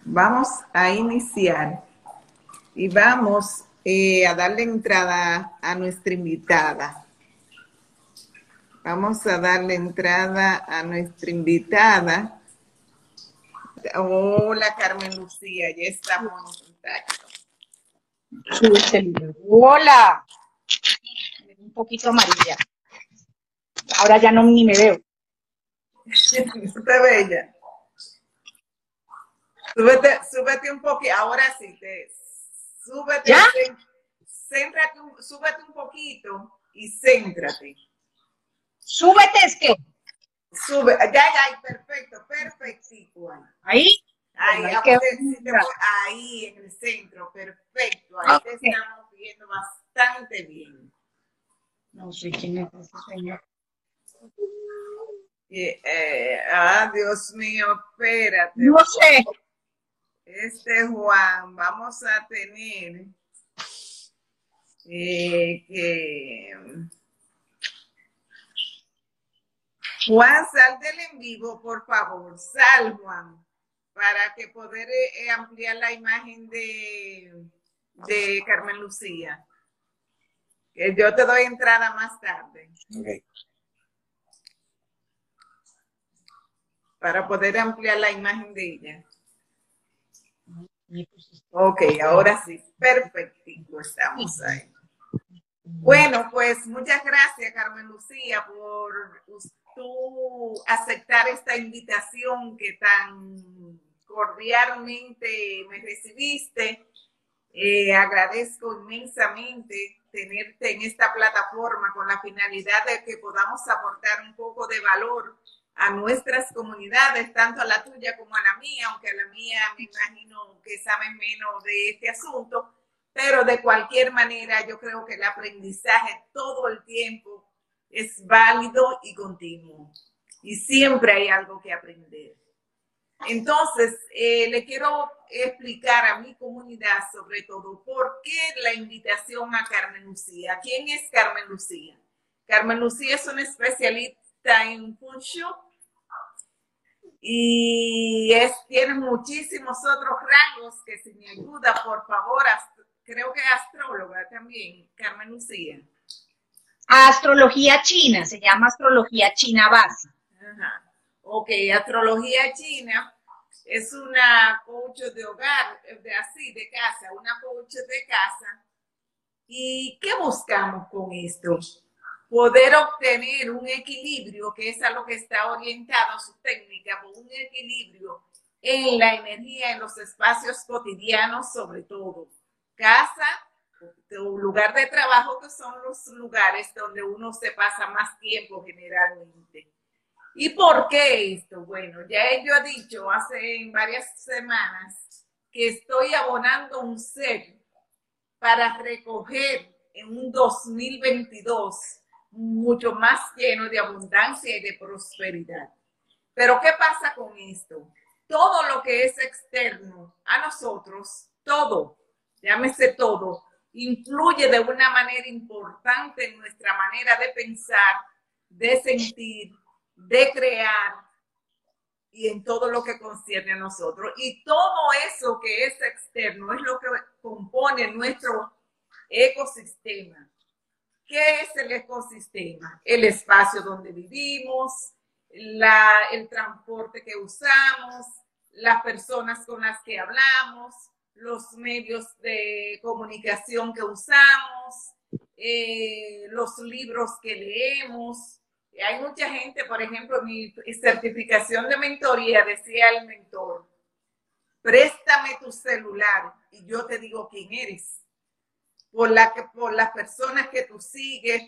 Vamos a iniciar y vamos a darle entrada a nuestra invitada. Vamos a darle entrada a nuestra invitada. Hola, Carmen Lucía, ya estamos en contacto. Hola, un poquito amarilla. Ahora ya no ni me veo. Está bella. Súbete un poquito. Ahora sí, súbete, ¿Ya? céntrate, súbete un poquito y céntrate. Súbete, es que. Sube, ya, perfecto, perfectico. Ahí. Bueno, Ahí, ahí quedó. ahí en el centro, perfecto. Ahí te Okay. estamos viendo bastante bien. No sé quién es ese señor. Dios mío, espérate. No sé. Juan, vamos a tener que... Juan, sal del en vivo, por favor. Sal, Juan, para que poder ampliar la imagen de Carmen Lucía. Que yo te doy entrada más tarde. Okay. Para poder ampliar la imagen de ella. Ok, ahora sí, perfectico, estamos ahí. Bueno, pues muchas gracias, Carmen Lucía, por tú aceptar esta invitación que tan cordialmente me recibiste. Agradezco inmensamente tenerte en esta plataforma con la finalidad de que podamos aportar un poco de valor a nuestras comunidades, tanto a la tuya como a la mía, aunque a la mía me imagino que saben menos de este asunto, pero de cualquier manera yo creo que el aprendizaje todo el tiempo es válido y continuo y siempre hay algo que aprender. Entonces, le quiero explicar a mi comunidad sobre todo por qué la invitación a Carmen Lucía. ¿Quién es Carmen Lucía? Carmen Lucía es una especialista en Feng Shui y tiene muchísimos otros rangos que si me ayuda, por favor, creo que astróloga también, Carmen Lucía. Astrología china, se llama astrología china base. Ajá. Ok, astrología china es una coach de hogar, de casa, una coach de casa. ¿Y qué buscamos con esto? Poder obtener un equilibrio, que es a lo que está orientado su técnica, por un equilibrio en la energía, en los espacios cotidianos, sobre todo. Casa, tu lugar de trabajo, que son los lugares donde uno se pasa más tiempo generalmente. ¿Y por qué esto? Bueno, ya yo he dicho hace varias semanas que estoy abonando un set para recoger en un 2022 mucho más lleno de abundancia y de prosperidad. Pero ¿qué pasa con esto? Todo lo que es externo a nosotros, todo, llámese todo, influye de una manera importante en nuestra manera de pensar, de sentir, de crear y en todo lo que concierne a nosotros. Y todo eso que es externo es lo que compone nuestro ecosistema. ¿Qué es el ecosistema? El espacio donde vivimos, el transporte que usamos, las personas con las que hablamos, los medios de comunicación que usamos, los libros que leemos. Hay mucha gente, por ejemplo, en mi certificación de mentoría decía el mentor, préstame tu celular y yo te digo quién eres. Por las personas que tú sigues,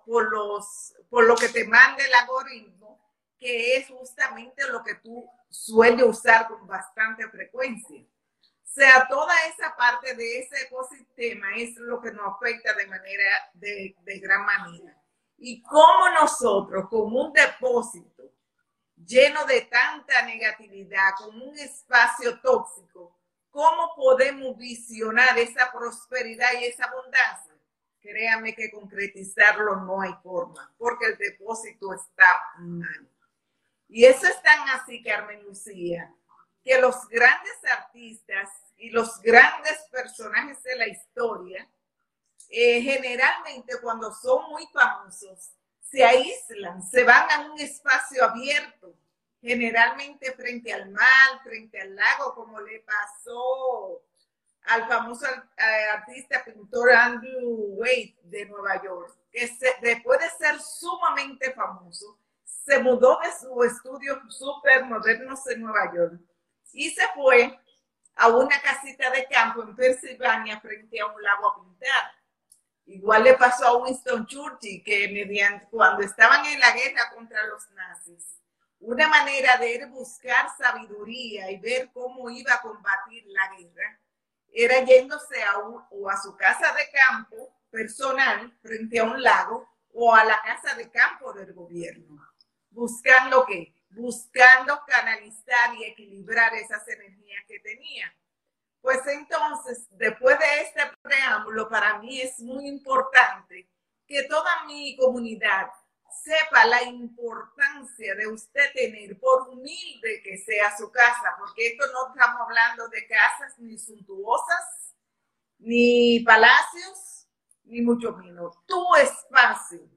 por lo que te manda el algoritmo, que es justamente lo que tú sueles usar con bastante frecuencia. O sea, toda esa parte de ese ecosistema es lo que nos afecta de manera de gran manera. Y cómo nosotros, como un depósito lleno de tanta negatividad, como un espacio tóxico, ¿cómo podemos visionar esa prosperidad y esa abundancia? Créame que concretizarlo no hay forma, porque el depósito está mal. Y eso es tan así, Carmen Lucía, que los grandes artistas y los grandes personajes de la historia, generalmente cuando son muy famosos, se aíslan, se van a un espacio abierto, generalmente frente al mar, frente al lago, como le pasó al famoso artista pintor Andrew Wade de Nueva York, que después de ser sumamente famoso, se mudó de su estudio súper modernos en Nueva York y se fue a una casita de campo en Pensilvania frente a un lago a pintar. Igual le pasó a Winston Churchill, que cuando estaban en la guerra contra los nazis, una manera de él buscar sabiduría y ver cómo iba a combatir la guerra era yéndose o a su casa de campo personal frente a un lago o a la casa de campo del gobierno. ¿Buscando qué? Buscando canalizar y equilibrar esas energías que tenía. Pues entonces, después de este preámbulo, para mí es muy importante que toda mi comunidad sepa la importancia de usted tener, por humilde que sea su casa, porque esto no estamos hablando de casas ni suntuosas, ni palacios, ni mucho menos. Tu espacio.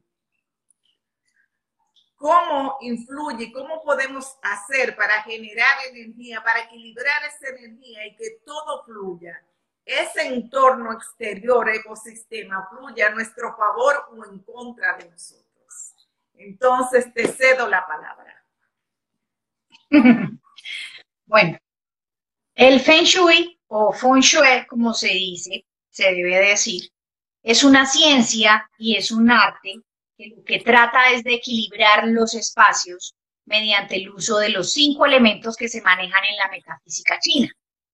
¿Cómo influye? ¿Cómo podemos hacer para generar energía, para equilibrar esa energía y que todo fluya? Ese entorno exterior, ecosistema, fluya a nuestro favor o en contra de nosotros. Entonces, te cedo la palabra. Bueno, el Feng Shui o Feng Shui, como se dice, se debe decir, es una ciencia y es un arte que lo que trata es de equilibrar los espacios mediante el uso de los 5 elementos que se manejan en la metafísica china.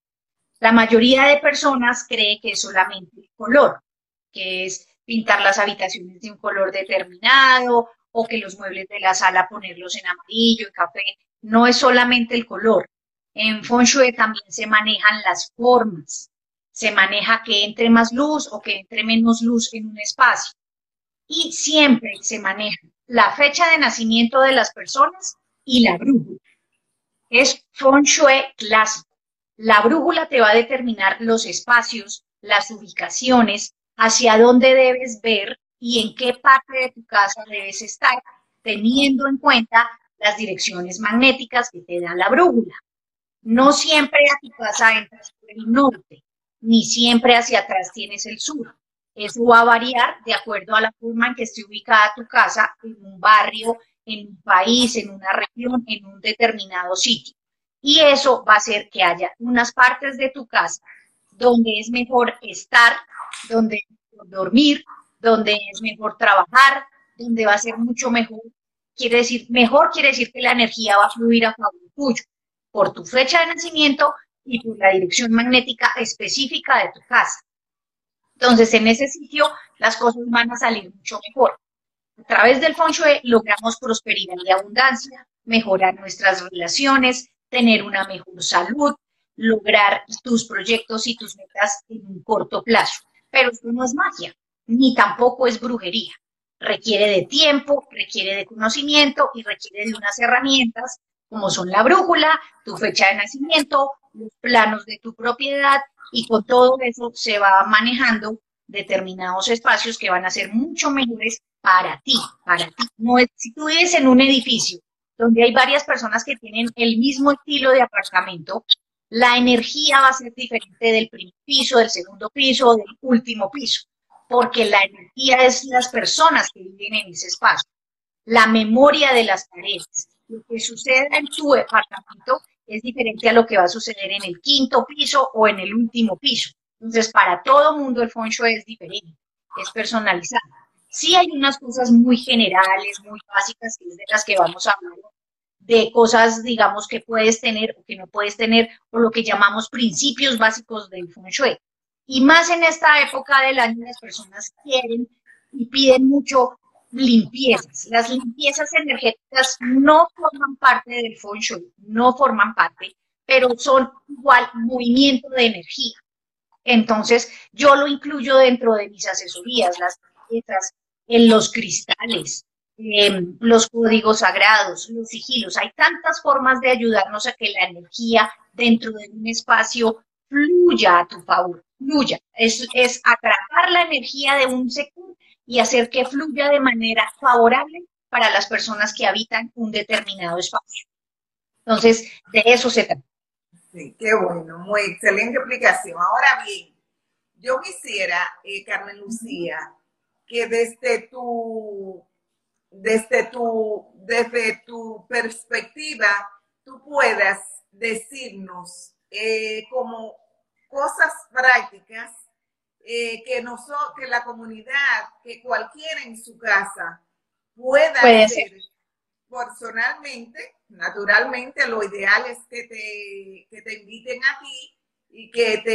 La mayoría de personas cree que es solamente el color, que es pintar las habitaciones de un color determinado o que los muebles de la sala ponerlos en amarillo, en café. No es solamente el color. En Feng Shui también se manejan las formas. Se maneja que entre más luz o que entre menos luz en un espacio. Y siempre se maneja la fecha de nacimiento de las personas y la brújula. Es Feng Shui clásico. La brújula te va a determinar los espacios, las ubicaciones, hacia dónde debes ver y en qué parte de tu casa debes estar, teniendo en cuenta las direcciones magnéticas que te da la brújula. No siempre a tu casa entras por el norte, ni siempre hacia atrás tienes el sur. Eso va a variar de acuerdo a la forma en que esté ubicada tu casa, en un barrio, en un país, en una región, en un determinado sitio. Y eso va a hacer que haya unas partes de tu casa donde es mejor estar, donde es mejor dormir, donde es mejor trabajar, donde va a ser mucho mejor. Mejor quiere decir que la energía va a fluir a favor tuyo, por tu fecha de nacimiento y por la dirección magnética específica de tu casa. Entonces, en ese sitio, las cosas van a salir mucho mejor. A través del Feng Shui logramos prosperidad y abundancia, mejorar nuestras relaciones, tener una mejor salud, lograr tus proyectos y tus metas en un corto plazo. Pero esto no es magia, ni tampoco es brujería. Requiere de tiempo, requiere de conocimiento y requiere de unas herramientas como son la brújula, tu fecha de nacimiento, los planos de tu propiedad, y con todo eso se va manejando determinados espacios que van a ser mucho mejores para ti, para ti. No es, si tú vives en un edificio donde hay varias personas que tienen el mismo estilo de apartamento, la energía va a ser diferente del primer piso, del segundo piso, del último piso, porque la energía es las personas que viven en ese espacio, la memoria de las paredes. Lo que sucede en tu apartamento es diferente a lo que va a suceder en el 5.º piso o en el último piso. Entonces, para todo mundo el Feng Shui es diferente, es personalizado. Sí hay unas cosas muy generales, muy básicas, que es de las que vamos a hablar, de cosas, digamos, que puedes tener o que no puedes tener, o lo que llamamos principios básicos del Feng Shui. Y más en esta época del año, las personas quieren y piden mucho limpiezas. Las limpiezas energéticas no forman parte del Feng Shui, no forman parte, pero son igual movimiento de energía. Entonces, yo lo incluyo dentro de mis asesorías, las limpiezas, en los cristales. los códigos sagrados, los sigilos. Hay tantas formas de ayudarnos a que la energía dentro de un espacio fluya a tu favor, fluya. Es atrapar la energía de un segundo y hacer que fluya de manera favorable para las personas que habitan un determinado espacio. Entonces, de eso se trata. Sí, qué bueno, muy excelente explicación. Ahora bien, yo quisiera, Carmen Lucía, que desde tu perspectiva, tú puedas decirnos como cosas prácticas que la comunidad, que cualquiera en su casa pueda hacer personalmente. Naturalmente, lo ideal es que te inviten a ti y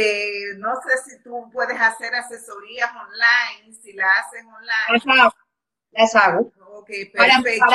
no sé si tú puedes hacer asesorías online, si la haces online. Las hago. Okay, perfecto.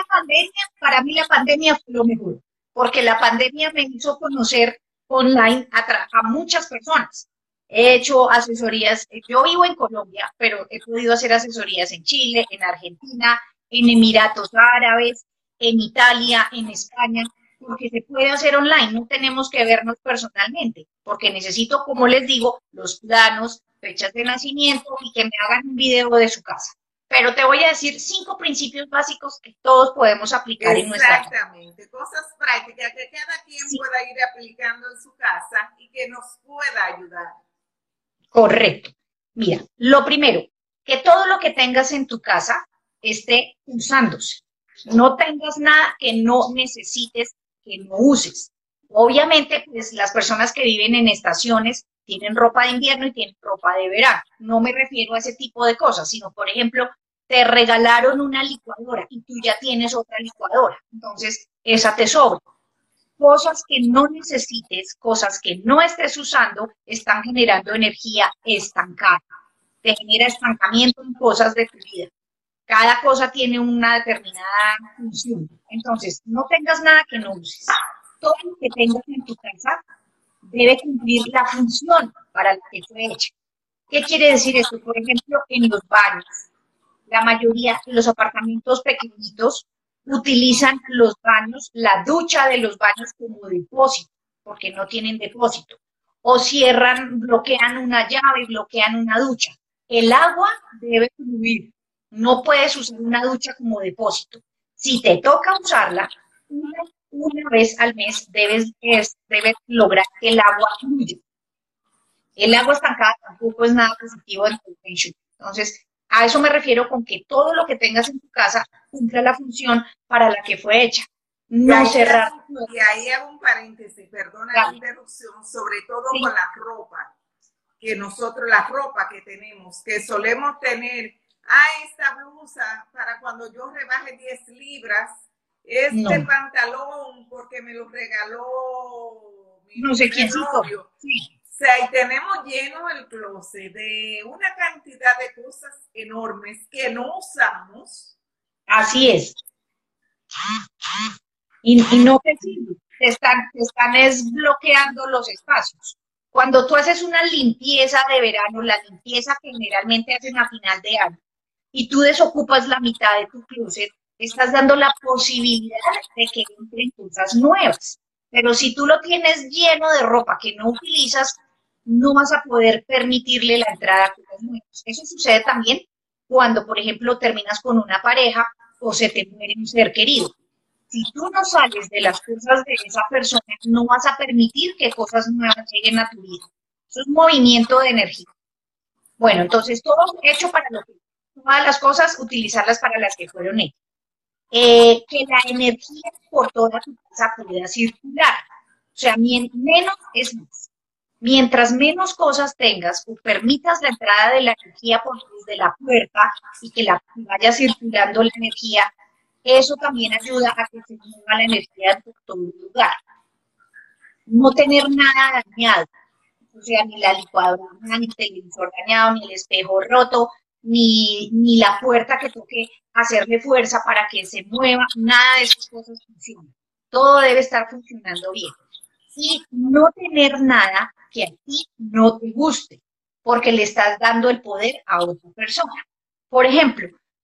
Para mí la pandemia fue lo mejor, porque la pandemia me hizo conocer online a muchas personas. He hecho asesorías, yo vivo en Colombia, pero he podido hacer asesorías en Chile, en Argentina, en Emiratos Árabes, en Italia, en España, porque se puede hacer online, no tenemos que vernos personalmente, porque necesito, como les digo, los planos, fechas de nacimiento y que me hagan un video de su casa. Pero te voy a decir 5 principios básicos que todos podemos aplicar en nuestra casa. Exactamente, cosas prácticas que cada quien pueda ir aplicando en su casa y que nos pueda ayudar. Correcto. Mira, lo primero, que todo lo que tengas en tu casa esté usándose. No tengas nada que no necesites, que no uses. Obviamente, pues las personas que viven en estaciones tienen ropa de invierno y tienen ropa de verano. No me refiero a ese tipo de cosas, sino, por ejemplo, te regalaron una licuadora y tú ya tienes otra licuadora. Entonces, esa te sobra. Cosas que no necesites, cosas que no estés usando, están generando energía estancada. Te genera estancamiento en cosas de tu vida. Cada cosa tiene una determinada función. Entonces, no tengas nada que no uses. Todo lo que tengas en tu casa debe cumplir la función para la que fue hecha. ¿Qué quiere decir esto? Por ejemplo, en los baños. La mayoría de los apartamentos pequeñitos utilizan los baños, la ducha de los baños como depósito, porque no tienen depósito. O cierran, bloquean una llave, bloquean una ducha. El agua debe fluir. No puedes usar una ducha como depósito. Si te toca usarla, una vez al mes debes lograr que el agua fluya. El agua estancada tampoco es nada positivo en tu Feng Shui. Entonces, a eso me refiero con que todo lo que tengas en tu casa cumpla la función para la que fue hecha. No cerrar. Y ahí hago un paréntesis, perdona la interrupción, sobre todo con la ropa. Que nosotros, la ropa que tenemos, que solemos tener, esta blusa para cuando yo rebaje 10 libras, pantalón porque me lo regaló mi no sé quién novio. Sí. O sea, y tenemos lleno el closet de una cantidad de cosas enormes que no usamos. Así es. Y no te sirven, te están bloqueando los espacios. Cuando tú haces una limpieza de verano, la limpieza generalmente hacen a final de año, y tú desocupas la mitad de tu closet, estás dando la posibilidad de que entren cosas nuevas. Pero si tú lo tienes lleno de ropa que no utilizas, no vas a poder permitirle la entrada a cosas nuevas. Eso sucede también cuando, por ejemplo, terminas con una pareja o se te muere un ser querido. Si tú no sales de las cosas de esa persona, no vas a permitir que cosas nuevas lleguen a tu vida. Eso es movimiento de energía. Bueno, entonces todo hecho para lo que todas las cosas, utilizarlas para las que fueron hechas. Que la energía por toda tu casa pueda circular. O sea, menos es más. Mientras menos cosas tengas o permitas la entrada de la energía por desde la puerta y que vaya circulando la energía, eso también ayuda a que se mueva la energía de todo el lugar. No tener nada dañado, o sea, ni la licuadora, ni el televisor dañado, ni el espejo roto, ni la puerta que toque hacerle fuerza para que se mueva, nada de esas cosas funciona. Todo debe estar funcionando bien. Y no tener nada que a ti no te guste, porque le estás dando el poder a otra persona. Por ejemplo,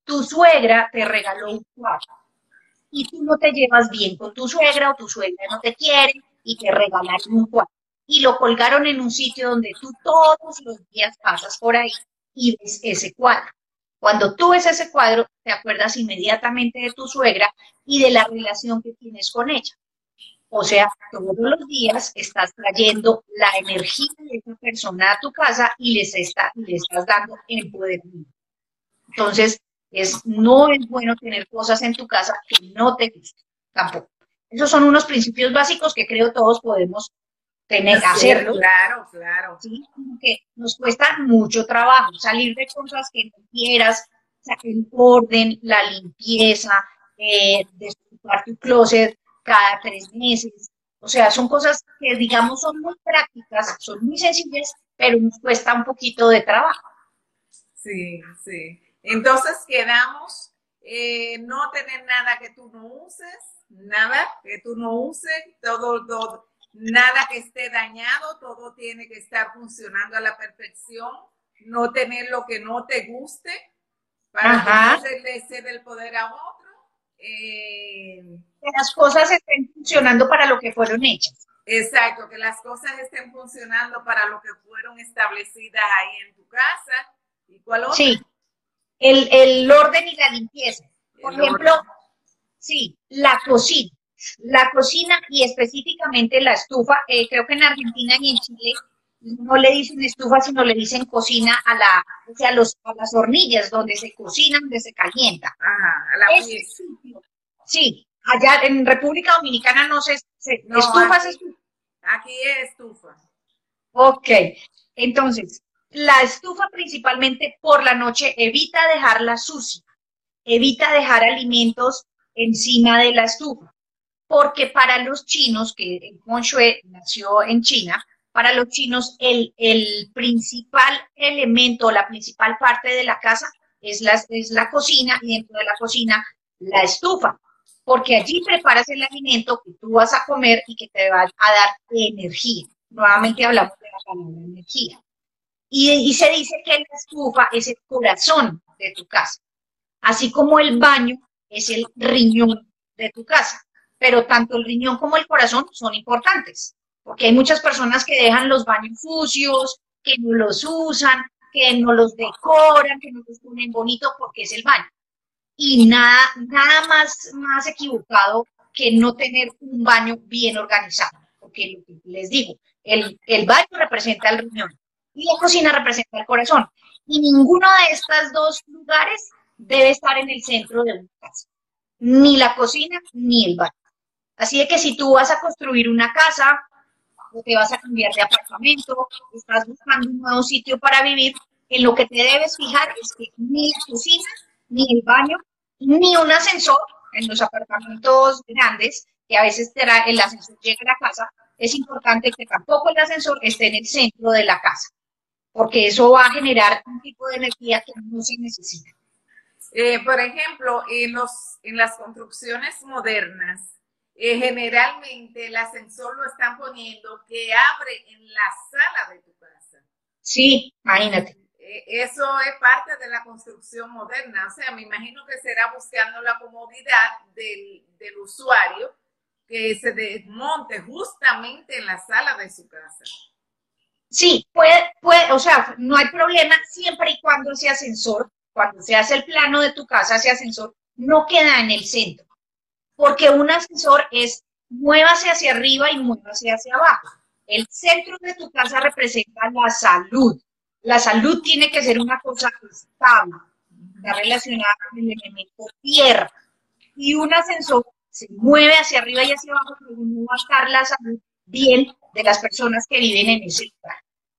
tu suegra te regaló un cuadro y tú no te llevas bien con tu suegra o tu suegra no te quiere y te regalaron un cuadro y lo colgaron en un sitio donde tú todos los días pasas por ahí y ves ese cuadro. Cuando tú ves ese cuadro, te acuerdas inmediatamente de tu suegra y de la relación que tienes con ella. O sea, todos los días estás trayendo la energía de esa persona a tu casa y le estás dando empoderamiento. Entonces, no es bueno tener cosas en tu casa que no te gusten tampoco. Esos son unos principios básicos que creo todos podemos Hacer, hacerlos, claro, claro. ¿sí? Que nos cuesta mucho trabajo salir de cosas que no quieras, o sea, el orden, la limpieza, desocupar tu closet cada 3 meses. O sea, son cosas que, digamos, son muy prácticas, son muy sencillas, pero nos cuesta un poquito de trabajo. Sí, sí. Entonces quedamos no tener nada que tú no uses, nada que tú no uses, todo, nada que esté dañado, todo tiene que estar funcionando a la perfección, no tener lo que no te guste para que Ajá. no se le ceda el poder a otro. Eh, Que las cosas estén funcionando para lo que fueron hechas. exacto, que las cosas estén funcionando para lo que fueron establecidas ahí en tu casa. ¿Y cuál otra? Sí, el orden y la limpieza. Por El ejemplo, orden. sí, la cocina. La cocina y específicamente la estufa, creo que en Argentina y en Chile no le dicen estufa, sino le dicen cocina o sea, a las hornillas donde se cocina, donde se calienta. Ajá, a la Ese pieza. sitio, sí, allá en República Dominicana no No, estufas, estufa. aquí es estufa. Ok, entonces, la estufa principalmente por la noche evita dejarla sucia, evita dejar alimentos encima de la estufa, porque para los chinos, que el Feng Shui nació en China, para los chinos el principal elemento, la principal parte de la casa es la cocina y dentro de la cocina la estufa, porque allí preparas el alimento que tú vas a comer y que te va a dar energía. Nuevamente hablamos de la palabra energía. Y se dice que la estufa es el corazón de tu casa, así como el baño es el riñón de tu casa. Pero tanto el riñón como el corazón son importantes, porque hay muchas personas que dejan los baños sucios, que no los usan, que no los decoran, que no los ponen bonito porque es el baño. Y nada más equivocado que no tener un baño bien organizado, porque lo que les digo, el baño representa el riñón y la cocina representa el corazón. Y ninguno de estos dos lugares debe estar en el centro de una casa, ni la cocina ni el baño. Así de que si tú vas a construir una casa o te vas a cambiar de apartamento, estás buscando un nuevo sitio para vivir, en lo que te debes fijar es que ni la cocina, ni el baño, ni un ascensor en los apartamentos grandes, que a veces el ascensor llega a la casa, es importante que tampoco el ascensor esté en el centro de la casa, porque eso va a generar un tipo de energía que no se necesita. Por ejemplo, en las construcciones modernas, generalmente el ascensor lo están poniendo que abre en la sala de tu casa. Sí, imagínate. Eso es parte de la construcción moderna. O sea, me imagino que será buscando la comodidad del usuario que se desmonte justamente en la sala de su casa. Sí, o sea, no hay problema siempre y cuando ese ascensor, cuando se hace el plano de tu casa, ese ascensor no queda en el centro, porque un ascensor es muévase hacia arriba y muévase hacia abajo. El centro de tu casa representa la salud. La salud tiene que ser una cosa estable, está relacionada con el elemento tierra. Y un ascensor se mueve hacia arriba y hacia abajo, pero no va a estar la salud bien de las personas que viven en ese lugar.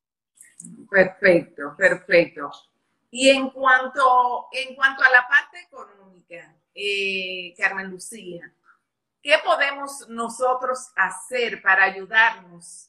Perfecto, perfecto. Y en cuanto a la parte económica, Carmen Lucía, ¿qué podemos nosotros hacer para ayudarnos?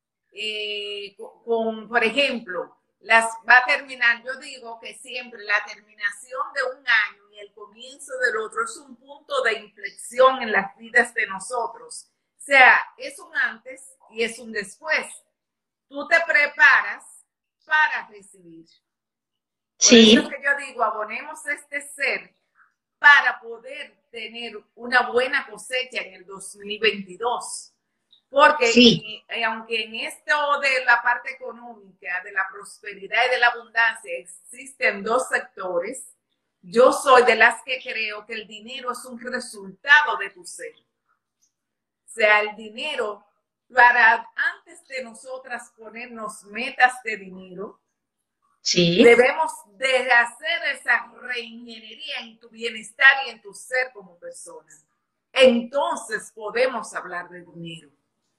Por ejemplo, va a terminar, yo digo que siempre la terminación de un año y el comienzo del otro es un punto de inflexión en las vidas de nosotros. O sea, es un antes y es un después. Tú te preparas para recibir. Por eso es Sí, que yo digo, abonemos este ser para poder tener una buena cosecha en el 2022. sí, Porque aunque en esto de la parte económica, de la prosperidad y de la abundancia existen dos sectores, yo soy de las que creo que el dinero es un resultado de tu ser. O sea, el dinero, para antes de nosotras ponernos metas de dinero, sí. debemos de hacer esa reingeniería en tu bienestar y en tu ser como persona. Entonces podemos hablar de dinero.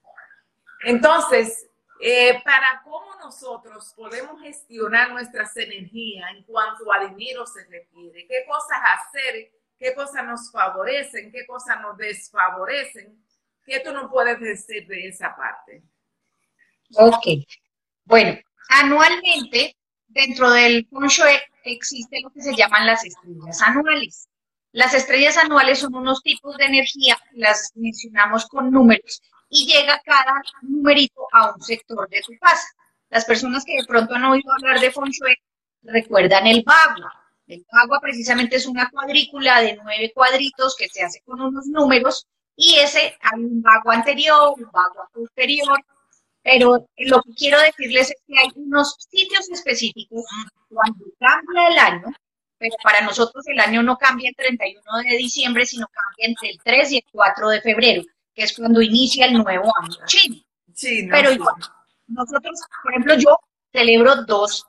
Entonces, para cómo nosotros podemos gestionar nuestras energías en cuanto a dinero se refiere, qué cosas hacer, qué cosas nos favorecen, qué cosas nos desfavorecen, ¿qué tú no puedes decir de esa parte? Ok. Bueno, anualmente dentro del Feng Shui existe lo que se llaman las estrellas anuales. Las estrellas anuales son unos tipos de energía, las mencionamos con números y llega cada numerito a un sector de tu casa. Las personas que de pronto han oído hablar de Feng Shui recuerdan el bagua. El bagua precisamente es una cuadrícula de 9 cuadritos que se hace con unos números y ese hay un bagua anterior, un bagua posterior, pero lo que quiero decirles es que hay unos sitios específicos cuando cambia el año, pero para nosotros el año no cambia el 31 de diciembre, sino cambia entre el 3 y el 4 de febrero, que es cuando inicia el nuevo año chino. Sí, no, Pero sí. igual, nosotros, por ejemplo, yo celebro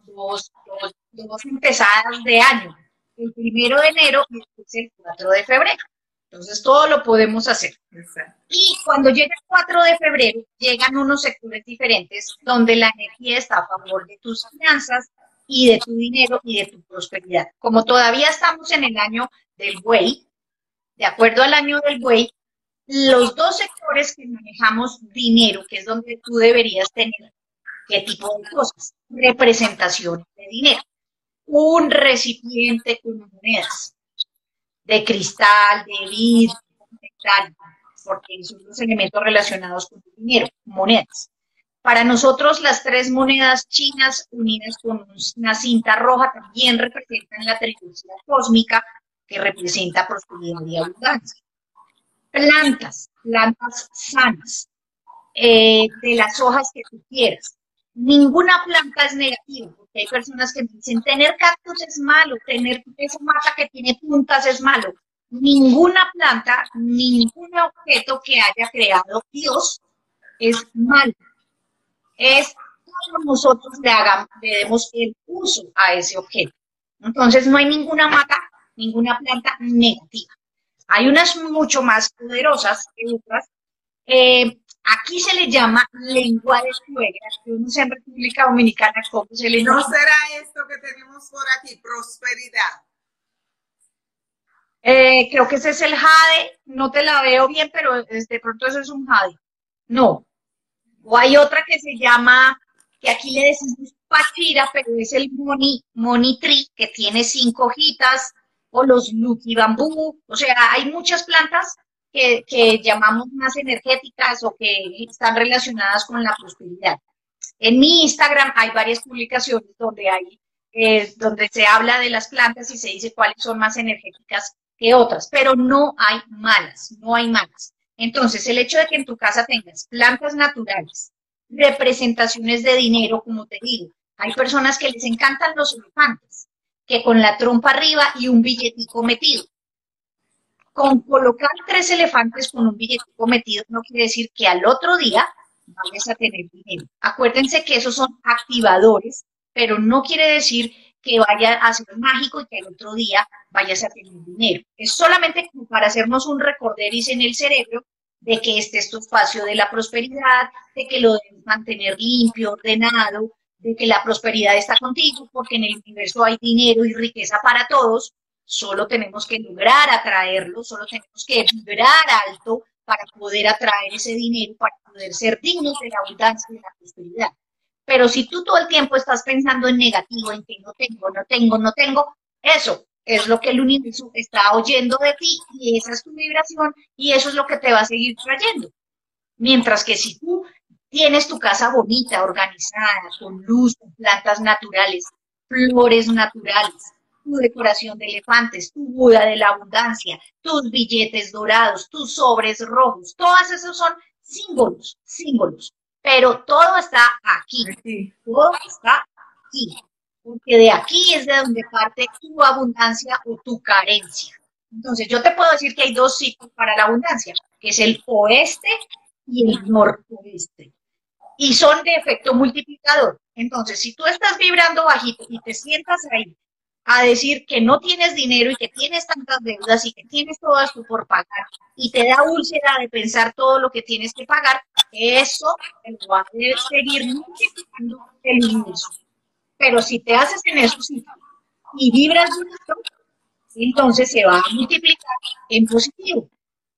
dos empezadas de año, el 1 de enero y después el 4 de febrero. Entonces, todo lo podemos hacer. Exacto. Y cuando llega el 4 de febrero, llegan unos sectores diferentes donde la energía está a favor de tus finanzas y de tu dinero y de tu prosperidad. Como todavía estamos en el año del buey, de acuerdo al año del buey, los dos sectores que manejamos dinero, que es donde tú deberías tener qué tipo de cosas, representación de dinero, un recipiente con monedas de cristal, de vidrio, de metal, porque son los elementos relacionados con el dinero, monedas. Para nosotros las tres monedas chinas unidas con una cinta roja también representan la trilogía cósmica que representa prosperidad y abundancia. Plantas sanas, de las hojas que tú quieras. Ninguna planta es negativa, porque hay personas que dicen, tener cactus es malo, tener esa mata que tiene puntas es malo. Ninguna planta, ningún objeto que haya creado Dios es malo. Es como nosotros le demos el uso a ese objeto. Entonces no hay ninguna mata, ninguna planta negativa. Hay unas mucho más poderosas que otras. Aquí se le llama lengua de suegra. Yo no sé en República Dominicana cómo se le ¿No llama. será esto que tenemos por aquí, prosperidad? Creo que ese es el jade. No te la veo bien, pero de pronto eso es un jade. No. O hay otra que se llama, que aquí le decimos pachira, pero es el money tree, que tiene 5 hojitas, o los lucky bambú. O sea, hay muchas plantas que llamamos más energéticas o que están relacionadas con la prosperidad. En mi Instagram hay varias publicaciones donde se habla de las plantas y se dice cuáles son más energéticas que otras, pero no hay malas, no hay malas. Entonces, el hecho de que en tu casa tengas plantas naturales, representaciones de dinero, como te digo, hay personas que les encantan los elefantes, que con la trompa arriba y un billetico metido. Con colocar 3 elefantes con un billetico metido no quiere decir que al otro día vayas a tener dinero. Acuérdense que esos son activadores, pero no quiere decir que vaya a ser mágico y que al otro día vayas a tener dinero. Es solamente como para hacernos un recorderis en el cerebro de que este es tu espacio de la prosperidad, de que lo debes mantener limpio, ordenado, de que la prosperidad está contigo, porque en el universo hay dinero y riqueza para todos, solo tenemos que lograr atraerlo, solo tenemos que vibrar alto para poder atraer ese dinero, para poder ser dignos de la abundancia y de la prosperidad. Pero si tú todo el tiempo estás pensando en negativo, en que no tengo, no tengo, no tengo, eso es lo que el universo está oyendo de ti y esa es tu vibración y eso es lo que te va a seguir trayendo. Mientras que si tú tienes tu casa bonita, organizada, con luz, con plantas naturales, flores naturales, tu decoración de elefantes, tu Buda de la abundancia, tus billetes dorados, tus sobres rojos, todos esos son símbolos, símbolos, pero todo está aquí, Aquí. todo está aquí, porque de aquí es de donde parte tu abundancia o tu carencia. Entonces, yo te puedo decir que hay dos sitios para la abundancia, que es el oeste y el noroeste, y son de efecto multiplicador. Entonces, si tú estás vibrando bajito y te sientas ahí a decir que no tienes dinero y que tienes tantas deudas y que tienes todo esto por pagar y te da úlcera de pensar todo lo que tienes que pagar, eso te lo va a seguir multiplicando el universo. Pero si te haces en eso y vibras bonito, entonces se va a multiplicar en positivo.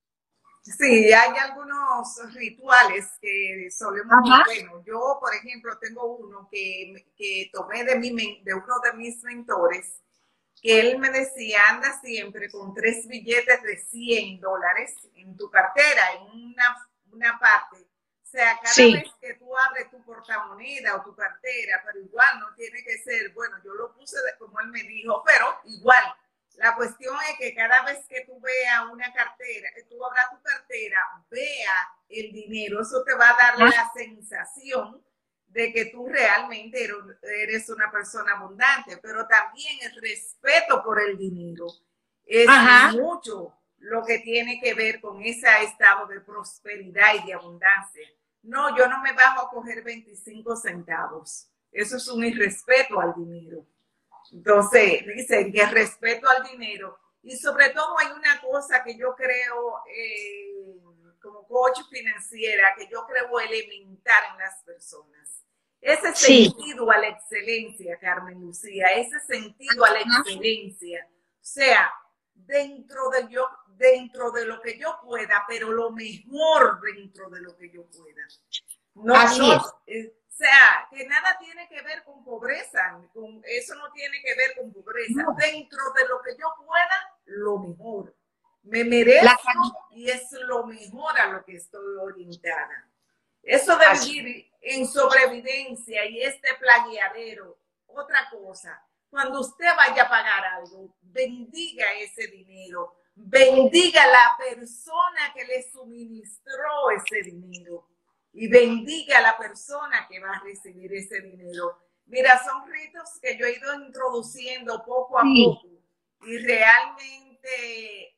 Sí, hay algunos rituales que solemos, Ajá. bueno, yo por ejemplo tengo uno que tomé de uno de mis mentores, que él me decía, anda siempre con 3 billetes de $100 en tu cartera, en una parte. O sea, cada vez que tú abres tu portamoneda o tu cartera, pero igual no tiene que ser, bueno, yo lo puse como él me dijo, pero igual. La cuestión es que cada vez que tú veas una cartera, que tú abras tu cartera, vea el dinero, eso te va a dar la sensación de que tú realmente eres una persona abundante, pero también el respeto por el dinero es mucho lo que tiene que ver con ese estado de prosperidad y de abundancia. No, yo no me bajo a coger 25 centavos. Eso es un irrespeto al dinero. Entonces, dicen que respeto al dinero. Y sobre todo hay una cosa que yo creo, como coach financiera, que yo creo elemental en las personas. Ese sentido a la excelencia, Carmen Lucía, ese sentido a la excelencia. O sea, dentro de lo que yo pueda, pero lo mejor dentro de lo que yo pueda. No, Así es. O sea, que nada tiene que ver con pobreza, eso no tiene que ver con pobreza. No. Dentro de lo que yo pueda, lo mejor. Me merezco y es lo mejor a lo que estoy orientada. Eso de vivir en sobrevivencia y este plagueadero, otra cosa. Cuando usted vaya a pagar algo, bendiga ese dinero, bendiga la persona que le suministró ese dinero. Y bendiga a la persona que va a recibir ese dinero. Mira, son ritos que yo he ido introduciendo poco a poco y realmente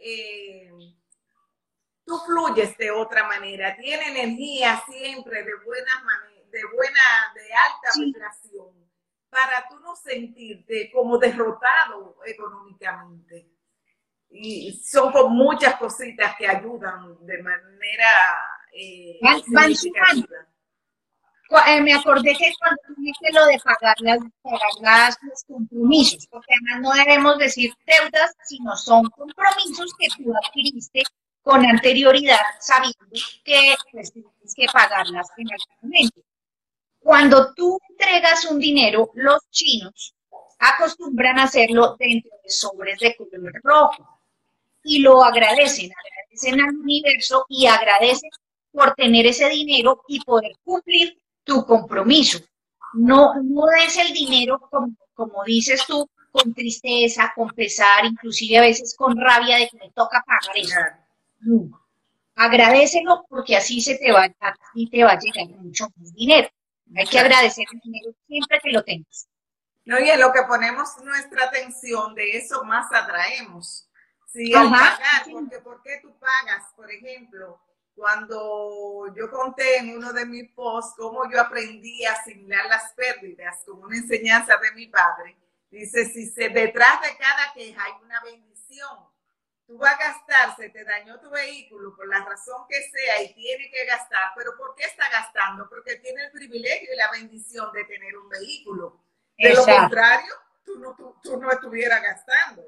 tú fluyes de otra manera. Tiene energía siempre de alta vibración para tú no sentirte como derrotado económicamente. Y son con muchas cositas que ayudan de manera van sumando. Me acordé que cuando dijiste lo de pagar los compromisos, porque además no debemos decir deudas, sino son compromisos que tú adquiriste con anterioridad, sabiendo que pues, tienes que pagarlas en algún momento. Cuando tú entregas un dinero, los chinos acostumbran a hacerlo dentro de sobres de color rojo y lo agradecen al universo y agradecen por tener ese dinero y poder cumplir tu compromiso. No des el dinero como dices tú, con tristeza, con pesar, inclusive a veces con rabia de que me toca pagar eso. No. Agradécelo porque así te va a llegar mucho más dinero. Hay que agradecer el dinero siempre que lo tengas. No, y en lo que ponemos nuestra atención, de eso más atraemos. Sí, al pagar, porque ¿por qué tú pagas? Por ejemplo, cuando yo conté en uno de mis posts cómo yo aprendí a asimilar las pérdidas como una enseñanza de mi padre, dice, detrás de cada queja hay una bendición. Tú vas a gastar, se te dañó tu vehículo por la razón que sea y tiene que gastar, pero ¿por qué está gastando? Porque tiene el privilegio y la bendición de tener un vehículo. De lo contrario, tú no estuvieras gastando.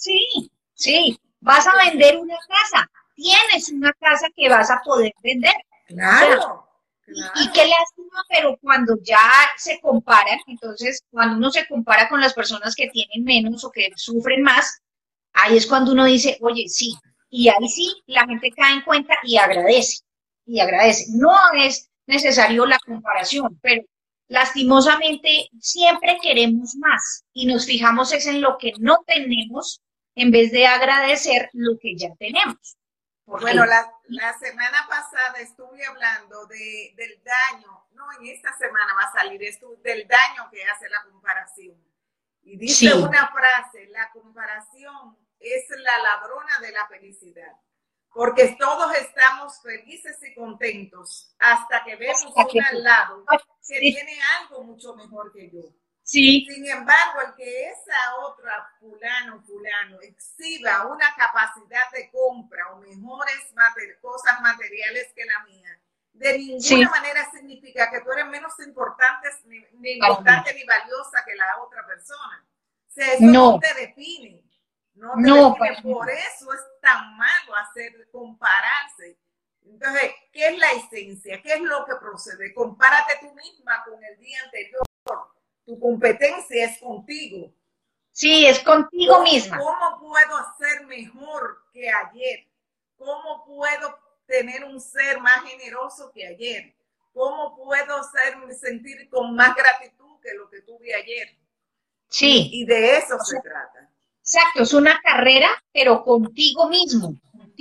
Sí, vas a vender una casa, tienes una casa que vas a poder vender. Claro. Y qué lástima, pero cuando ya se comparan, entonces cuando uno se compara con las personas que tienen menos o que sufren más, ahí es cuando uno dice, oye, sí, y ahí sí la gente cae en cuenta y agradece. No es necesario la comparación, pero lastimosamente siempre queremos más y nos fijamos es en lo que no tenemos en vez de agradecer lo que ya tenemos. Bueno, la semana pasada estuve hablando del daño, no, en esta semana va a salir esto, del daño que hace la comparación. Y dice Sí. una frase, la comparación es la ladrona de la felicidad, porque todos estamos felices y contentos hasta que vemos un al lado que tiene algo mucho mejor que yo. Sí. Sin embargo, el que esa otra fulano exhiba una capacidad de compra o mejores cosas materiales que la mía, de ninguna manera significa que tú eres menos importante ni valiosa que la otra persona. O sea, eso no te define. No te define. Por eso es tan malo compararse. Entonces, ¿qué es la esencia? ¿Qué es lo que procede? Compárate tú misma con el día anterior. Tu competencia es contigo. Sí, es contigo misma. ¿Cómo puedo ser mejor que ayer? ¿Cómo puedo tener un ser más generoso que ayer? ¿Cómo puedo sentir con más gratitud que lo que tuve ayer? Sí. Y de eso se trata. Exacto, es una carrera, pero contigo mismo,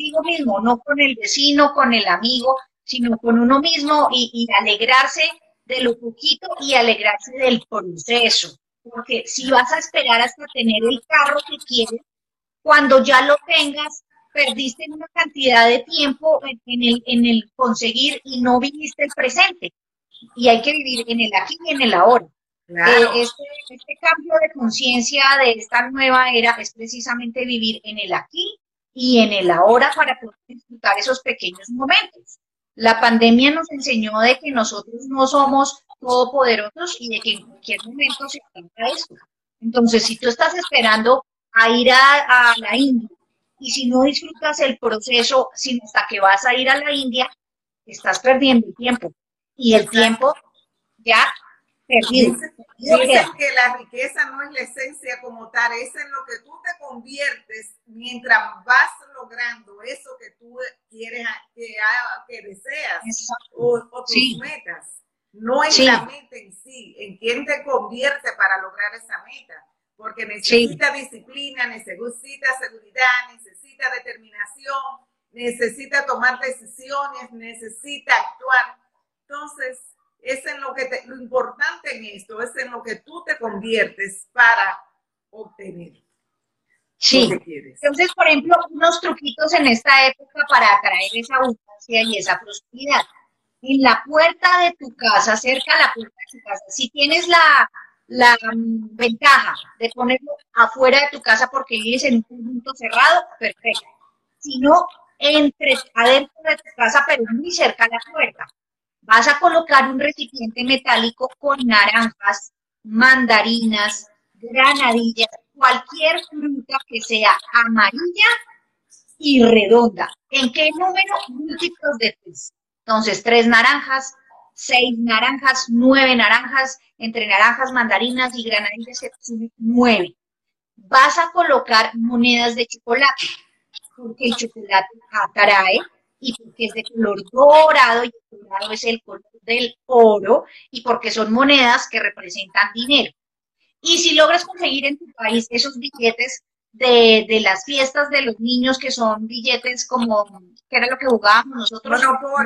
no con el vecino, con el amigo, sino con uno mismo y alegrarse de lo poquito y alegrarse del proceso. Porque si vas a esperar hasta tener el carro que quieres, cuando ya lo tengas, perdiste una cantidad de tiempo en el conseguir y no viviste el presente. Y hay que vivir en el aquí y en el ahora. Claro. Este cambio de conciencia de esta nueva era es precisamente vivir en el aquí y en el ahora para poder disfrutar esos pequeños momentos. La pandemia nos enseñó de que nosotros no somos todopoderosos y de que en cualquier momento se trata esto. Entonces, si tú estás esperando a ir a la India y si no disfrutas el proceso, sino hasta que vas a ir a la India, estás perdiendo el tiempo. Y el tiempo ya perdido. Dicen que la riqueza no es la esencia como tal, es en lo que tú te conviertes mientras vas logrando eso que tú quieres, que deseas, o tus metas. No en la meta en sí, en quién te convierte para lograr esa meta. Porque necesita disciplina, necesita seguridad, necesita determinación, necesita tomar decisiones, necesita actuar. Entonces, es en lo que lo importante en esto es en lo que tú te conviertes para obtener lo que quieres. Entonces, por ejemplo, unos truquitos en esta época para atraer esa abundancia y esa prosperidad. En la puerta de tu casa, cerca a la puerta de tu casa, si tienes la ventaja de ponerlo afuera de tu casa porque vives en un conjunto cerrado, perfecto. Si no, adentro de tu casa, pero muy cerca a la puerta. Vas a colocar un recipiente metálico con naranjas, mandarinas, granadillas, cualquier fruta que sea amarilla y redonda. ¿En qué número? Múltiplos de 3. Entonces, 3 naranjas, 6 naranjas, 9 naranjas, entre naranjas, mandarinas y granadillas se suben 9. Vas a colocar monedas de chocolate, porque el chocolate atrae y porque es de color dorado y el dorado es el color del oro y porque son monedas que representan dinero. Y si logras conseguir en tu país esos billetes de las fiestas de los niños que son billetes como, ¿qué era lo que jugábamos nosotros?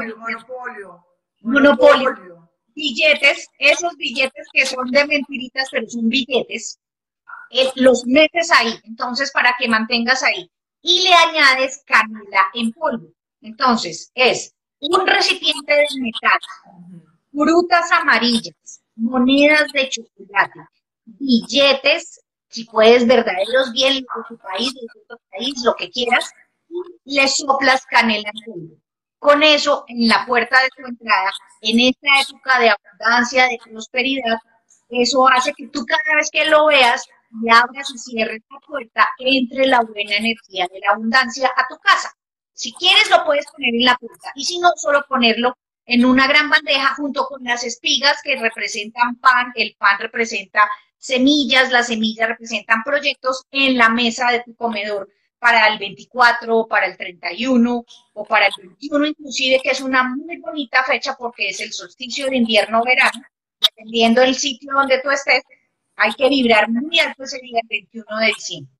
Monopolio. Billetes, esos billetes que son de mentiritas pero son billetes, los metes ahí, entonces para que mantengas ahí. Y le añades canela en polvo. Entonces, es un recipiente de metal, frutas amarillas, monedas de chocolate, billetes, si puedes, verdaderos bien de tu país, de otro país, lo que quieras, y le soplas canela en polvo. Con eso, en la puerta de tu entrada, en esta época de abundancia, de prosperidad, eso hace que tú cada vez que lo veas, y abras y cierres la puerta, entre la buena energía de la abundancia a tu casa. Si quieres lo puedes poner en la puerta y si no, solo ponerlo en una gran bandeja junto con las espigas que representan pan, el pan representa semillas, las semillas representan proyectos en la mesa de tu comedor para el 24, para el 31 o para el 21 inclusive, que es una muy bonita fecha porque es el solsticio de invierno-verano dependiendo del sitio donde tú estés, hay que vibrar muy alto ese día, el 21 de diciembre.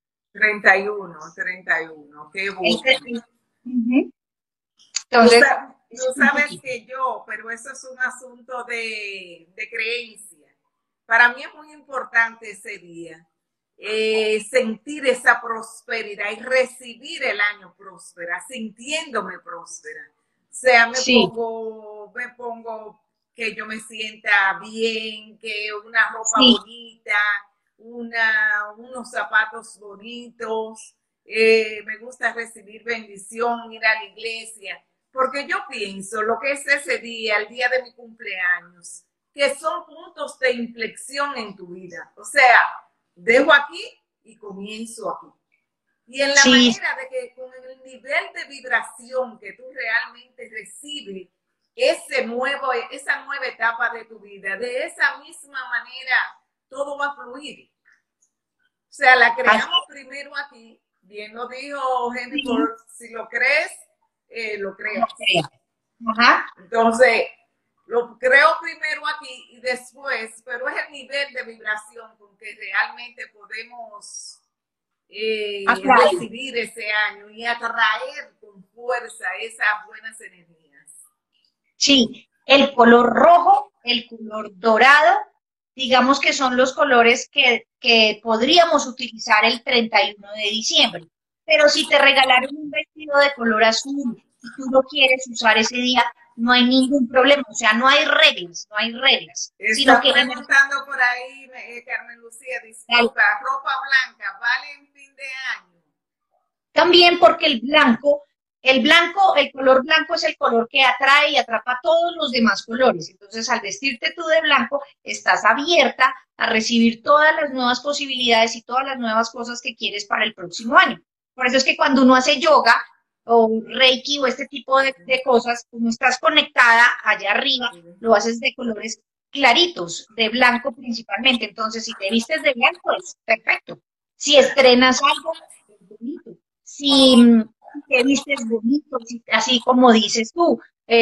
31, qué bueno. Uh-huh. Entonces, tú sabes que pero eso es un asunto de creencia. Para mí es muy importante ese día. Sentir esa prosperidad y recibir el año próspera, sintiéndome próspera. O sea, me pongo que yo me sienta bien, que una ropa bonita, unos zapatos bonitos, me gusta recibir bendición, ir a la iglesia, porque yo pienso lo que es ese día, el día de mi cumpleaños, que son puntos de inflexión en tu vida. O sea, dejo aquí y comienzo aquí. Y en la manera de que con el nivel de vibración que tú realmente recibes esa nueva etapa de tu vida, de esa misma manera todo va a fluir. O sea, la creamos primero aquí, bien lo dijo Henry Ford, si lo crees, lo creas. Ajá. Entonces, lo creo primero aquí y después, pero es el nivel de vibración con que realmente podemos recibir ese año y atraer con fuerza esas buenas energías. Sí, el color rojo, el color dorado, digamos que son los colores que podríamos utilizar el 31 de diciembre. Pero si te regalaron un vestido de color azul y tú lo quieres usar ese día, no hay ningún problema, o sea, no hay reglas. Está preguntando por ahí, Carmen Lucía, disculpa, ropa blanca, ¿vale en fin de año? También porque el color blanco es el color que atrae y atrapa todos los demás colores. Entonces, al vestirte tú de blanco, estás abierta a recibir todas las nuevas posibilidades y todas las nuevas cosas que quieres para el próximo año. Por eso es que cuando uno hace yoga o Reiki o este tipo de cosas, como estás conectada allá arriba, lo haces de colores claritos, de blanco principalmente. Entonces, si te vistes de blanco, es perfecto. Si estrenas algo, es bonito. Si te vistes bonito, así como dices tú,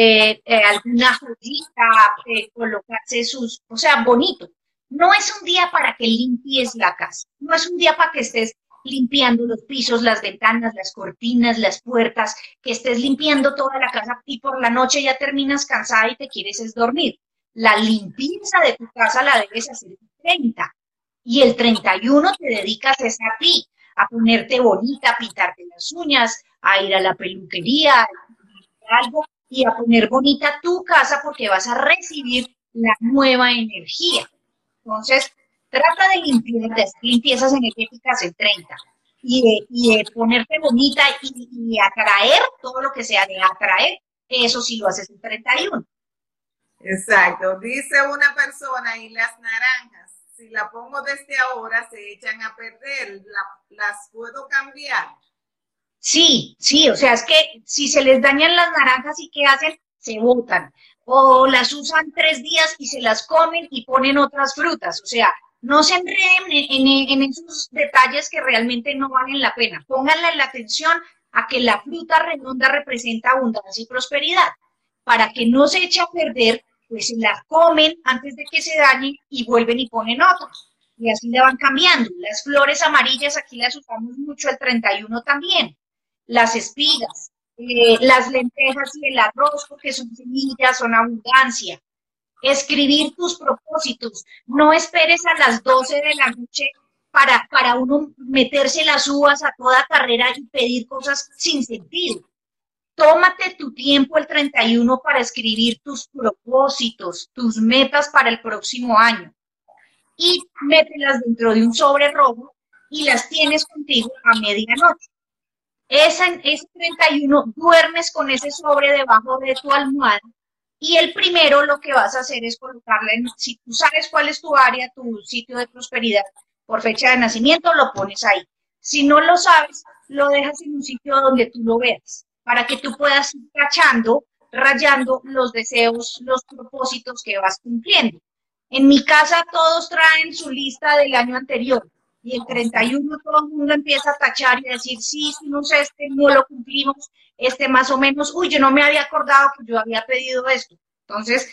alguna joyita, colocarse o sea, bonito. No es un día para que limpies la casa, no es un día para que estés limpiando los pisos, las ventanas, las cortinas, las puertas, que estés limpiando toda la casa y por la noche ya terminas cansada y te quieres es dormir. La limpieza de tu casa la debes hacer el 30 y el 31 te dedicas a ti, a ponerte bonita, a pintarte las uñas, a ir a la peluquería, a algo y a poner bonita tu casa porque vas a recibir la nueva energía. Entonces, trata de limpiar, de hacer limpiezas energéticas el 30 y de ponerte bonita y atraer todo lo que sea de atraer, eso sí lo haces el 31. Exacto. Dice una persona, y las naranjas, si la pongo desde ahora, se echan a perder. ¿Las puedo cambiar? Sí, o sea, es que si se les dañan las naranjas, ¿y qué hacen? Se botan. O las usan 3 días y se las comen y ponen otras frutas. O sea, no se enreden en esos detalles que realmente no valen la pena. Pónganle la atención a que la fruta redonda representa abundancia y prosperidad. Para que no se eche a perder, pues se la comen antes de que se dañen y vuelven y ponen otros. Y así le van cambiando. Las flores amarillas aquí las usamos mucho el 31 también. Las espigas, las lentejas y el arroz, porque son semillas, son abundancia. Escribir tus propósitos. No esperes a las 12 de la noche para uno meterse las uvas a toda carrera y pedir cosas sin sentido. Tómate tu tiempo el 31 para escribir tus propósitos, tus metas para el próximo año. Y mételas dentro de un sobre rojo y las tienes contigo a medianoche. Ese 31 duermes con ese sobre debajo de tu almohada y el primero lo que vas a hacer es colocarle, si tú sabes cuál es tu área, tu sitio de prosperidad por fecha de nacimiento, lo pones ahí. Si no lo sabes, lo dejas en un sitio donde tú lo veas, para que tú puedas ir tachando, rayando los deseos, los propósitos que vas cumpliendo. En mi casa todos traen su lista del año anterior. Y el 31 todo el mundo empieza a tachar y a decir, sí, hicimos no lo cumplimos, más o menos, uy, yo no me había acordado que yo había pedido esto. Entonces,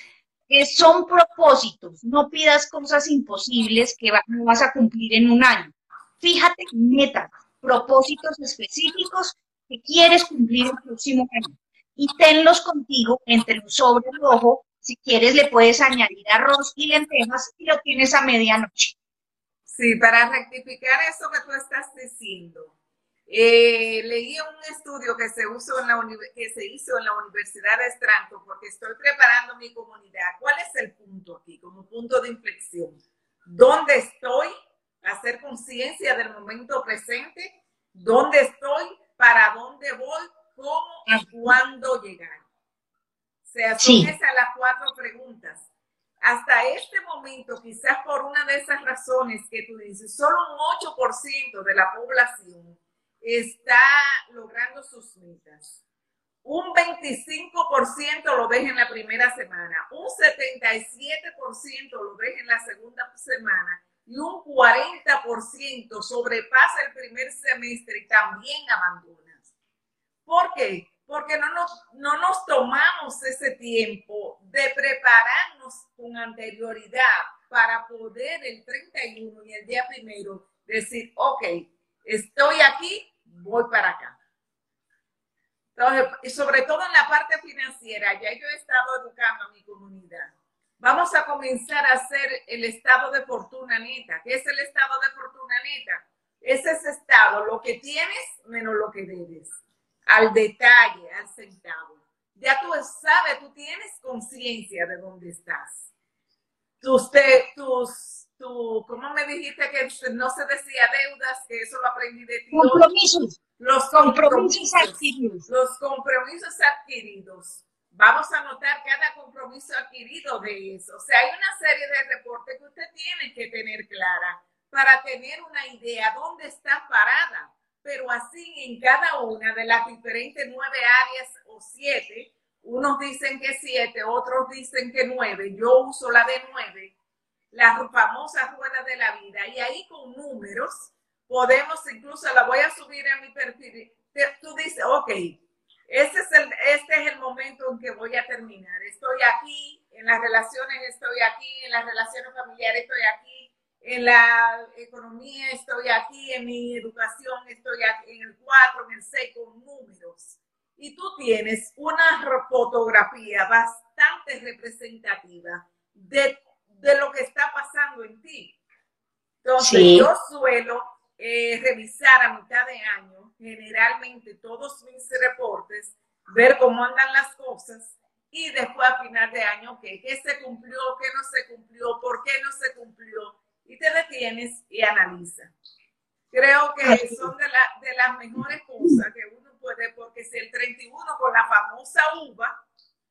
son propósitos. No pidas cosas imposibles que no vas a cumplir en un año. Fíjate metas, propósitos específicos que quieres cumplir el próximo año y tenlos contigo entre un sobre rojo. Si quieres, le puedes añadir arroz y lentejas y lo tienes a medianoche. Sí, para rectificar eso que tú estás diciendo, leí un estudio que se, que se hizo en la Universidad de Stanford porque estoy preparando mi comunidad. ¿Cuál es el punto aquí como punto de inflexión? ¿Dónde estoy? Hacer conciencia del momento presente. ¿Dónde estoy? ¿Para dónde voy? ¿Cómo y cuándo llegar? O sea, son esas las 4 preguntas. Hasta este momento, quizás por una de esas razones que tú dices, solo un 8% de la población está logrando sus metas. Un 25% lo deja en la primera semana, un 77% lo deja en la segunda semana y un 40% sobrepasa el primer semestre y también abandona. ¿Por qué? Porque no nos tomamos ese tiempo de prepararnos con anterioridad para poder el 31 y el día primero decir, ok, estoy aquí, voy para acá. Entonces, y sobre todo en la parte financiera, ya yo he estado educando a mi comunidad. Vamos a comenzar a hacer el estado de fortuna neta. ¿Qué es el estado de fortuna neta? Es ese estado, lo que tienes menos lo que debes. Al detalle, al centavo. Ya tú sabes, tú tienes conciencia de dónde estás. ¿Cómo me dijiste que no se decía deudas? Que eso lo aprendí de ti. Compromisos. Los compromisos adquiridos. Los compromisos adquiridos. Vamos a anotar cada compromiso adquirido de eso. O sea, hay una serie de reportes que usted tiene que tener clara para tener una idea dónde está parada. Pero así en cada una de las diferentes 9 áreas o 7, unos dicen que 7, otros dicen que 9, yo uso la de 9, la famosa rueda de la vida, y ahí con números podemos, incluso la voy a subir a mi perfil, tú dices, ok, este es el momento en que voy a terminar, estoy aquí, en las relaciones estoy aquí, en las relaciones familiares estoy aquí, en la economía estoy aquí, en mi educación estoy aquí, en el 4, en el 6, con números. Y tú tienes una fotografía bastante representativa de lo que está pasando en ti. Entonces, yo suelo revisar a mitad de año, generalmente todos mis reportes, ver cómo andan las cosas y después a final de año, ¿qué se cumplió, qué no se cumplió, por qué no se cumplió? Y te detienes y analizas. Creo que son de las mejores cosas que uno puede, porque si el 31 con la famosa uva,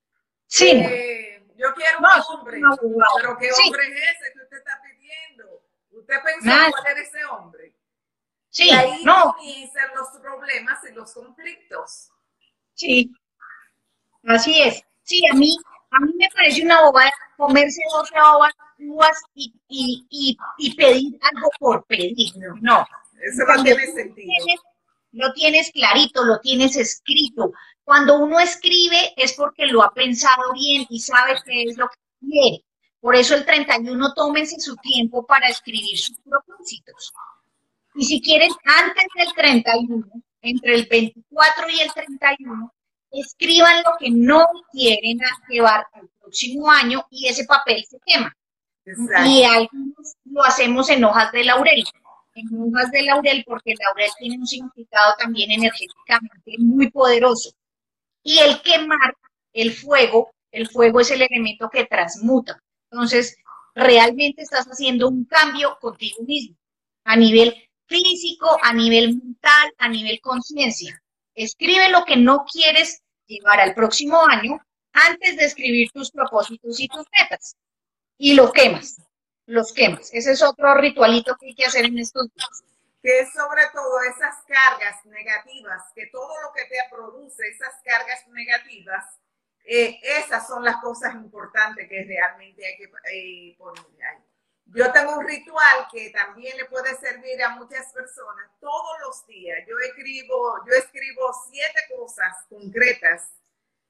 yo quiero un hombre, pero ¿qué hombre es ese que usted está pidiendo? ¿Usted pensó cuál era ese hombre? Y ahí comienzan los problemas y los conflictos. Sí, así es. Sí, a mí me parece una bobada comerse 12 uvas y pedir algo por pedir. No. Eso no tiene sentido. Lo tienes clarito, lo tienes escrito. Cuando uno escribe es porque lo ha pensado bien y sabe qué es lo que quiere. Por eso el 31 tómense su tiempo para escribir sus propósitos. Y si quieren, antes del 31, entre el 24 y el 31, escriban lo que no quieren llevar al próximo año y ese papel se quema. Exacto. Y algunos lo hacemos en hojas de laurel. En hojas de laurel, porque el laurel tiene un significado también energéticamente muy poderoso. Y el quemar, el fuego es el elemento que transmuta. Entonces, realmente estás haciendo un cambio contigo mismo, a nivel físico, a nivel mental, a nivel conciencia. Escribe lo que no quieres llevar al próximo año antes de escribir tus propósitos y tus metas. Y lo quemas. Los quemas. Ese es otro ritualito que hay que hacer en estos días. Que es sobre todo esas cargas negativas, que todo lo que te produce esas cargas negativas, esas son las cosas importantes que realmente hay que poner ahí. Yo tengo un ritual que también le puede servir a muchas personas todos los días. Yo escribo 7 cosas concretas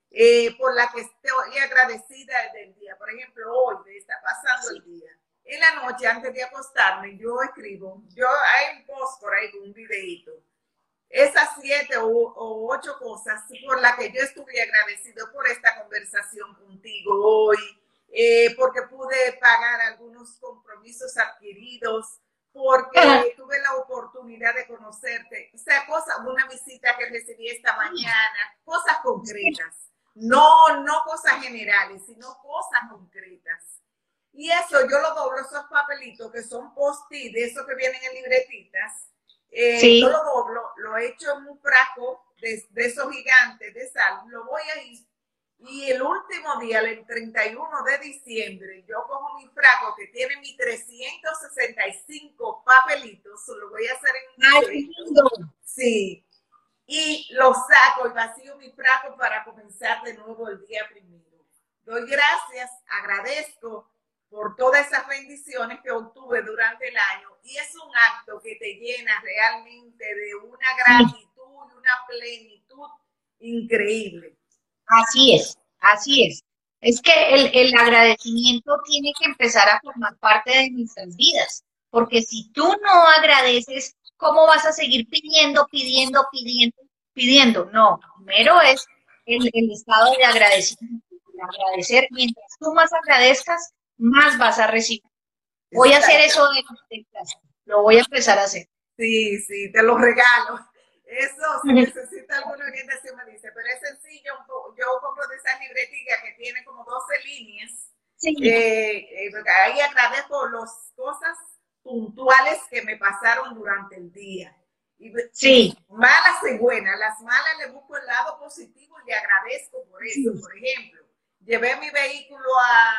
por la que estoy agradecida del día. Por ejemplo, hoy me está pasando el día. En la noche, antes de acostarme, yo escribo, hay un post por ahí con un videito. Esas 7 o 8 cosas por las que yo estuve agradecido por esta conversación contigo hoy, porque pude pagar algunos compromisos adquiridos, porque tuve la oportunidad de conocerte, o sea, una visita que recibí esta mañana, cosas concretas, no cosas generales, sino cosas concretas. Y eso yo lo doblo, esos papelitos que son post-it, de esos que vienen en libretitas, Sí. yo lo doblo, lo echo en un frasco de esos gigantes de sal, lo voy a ir y el último día, el 31 de diciembre, yo cojo mi frasco que tiene mis 365 papelitos, lo voy a hacer en un lindo. Sí, y lo saco y vacío mi frasco para comenzar de nuevo el día primero. Doy gracias, agradezco por todas esas bendiciones que obtuve durante el año y es un acto que te llena realmente de una gratitud y una plenitud increíble. Así es, así es. Es que el agradecimiento tiene que empezar a formar parte de nuestras vidas, porque si tú no agradeces, ¿cómo vas a seguir pidiendo, pidiendo, pidiendo, pidiendo? No, primero es el estado de agradecimiento, de agradecer. Mientras tú más agradezcas, más vas a recibir. Voy a hacer eso de clase, lo voy a empezar a hacer. Sí, sí, te lo regalo. Eso, si necesita alguna orientación, me dice, pero es sencillo. Yo compro de esas libretillas que tienen como 12 líneas. Sí. Ahí agradezco las cosas puntuales que me pasaron durante el día. Y, sí. Malas y buenas. Las malas le busco el lado positivo y le agradezco por eso. Sí. Por ejemplo, llevé mi vehículo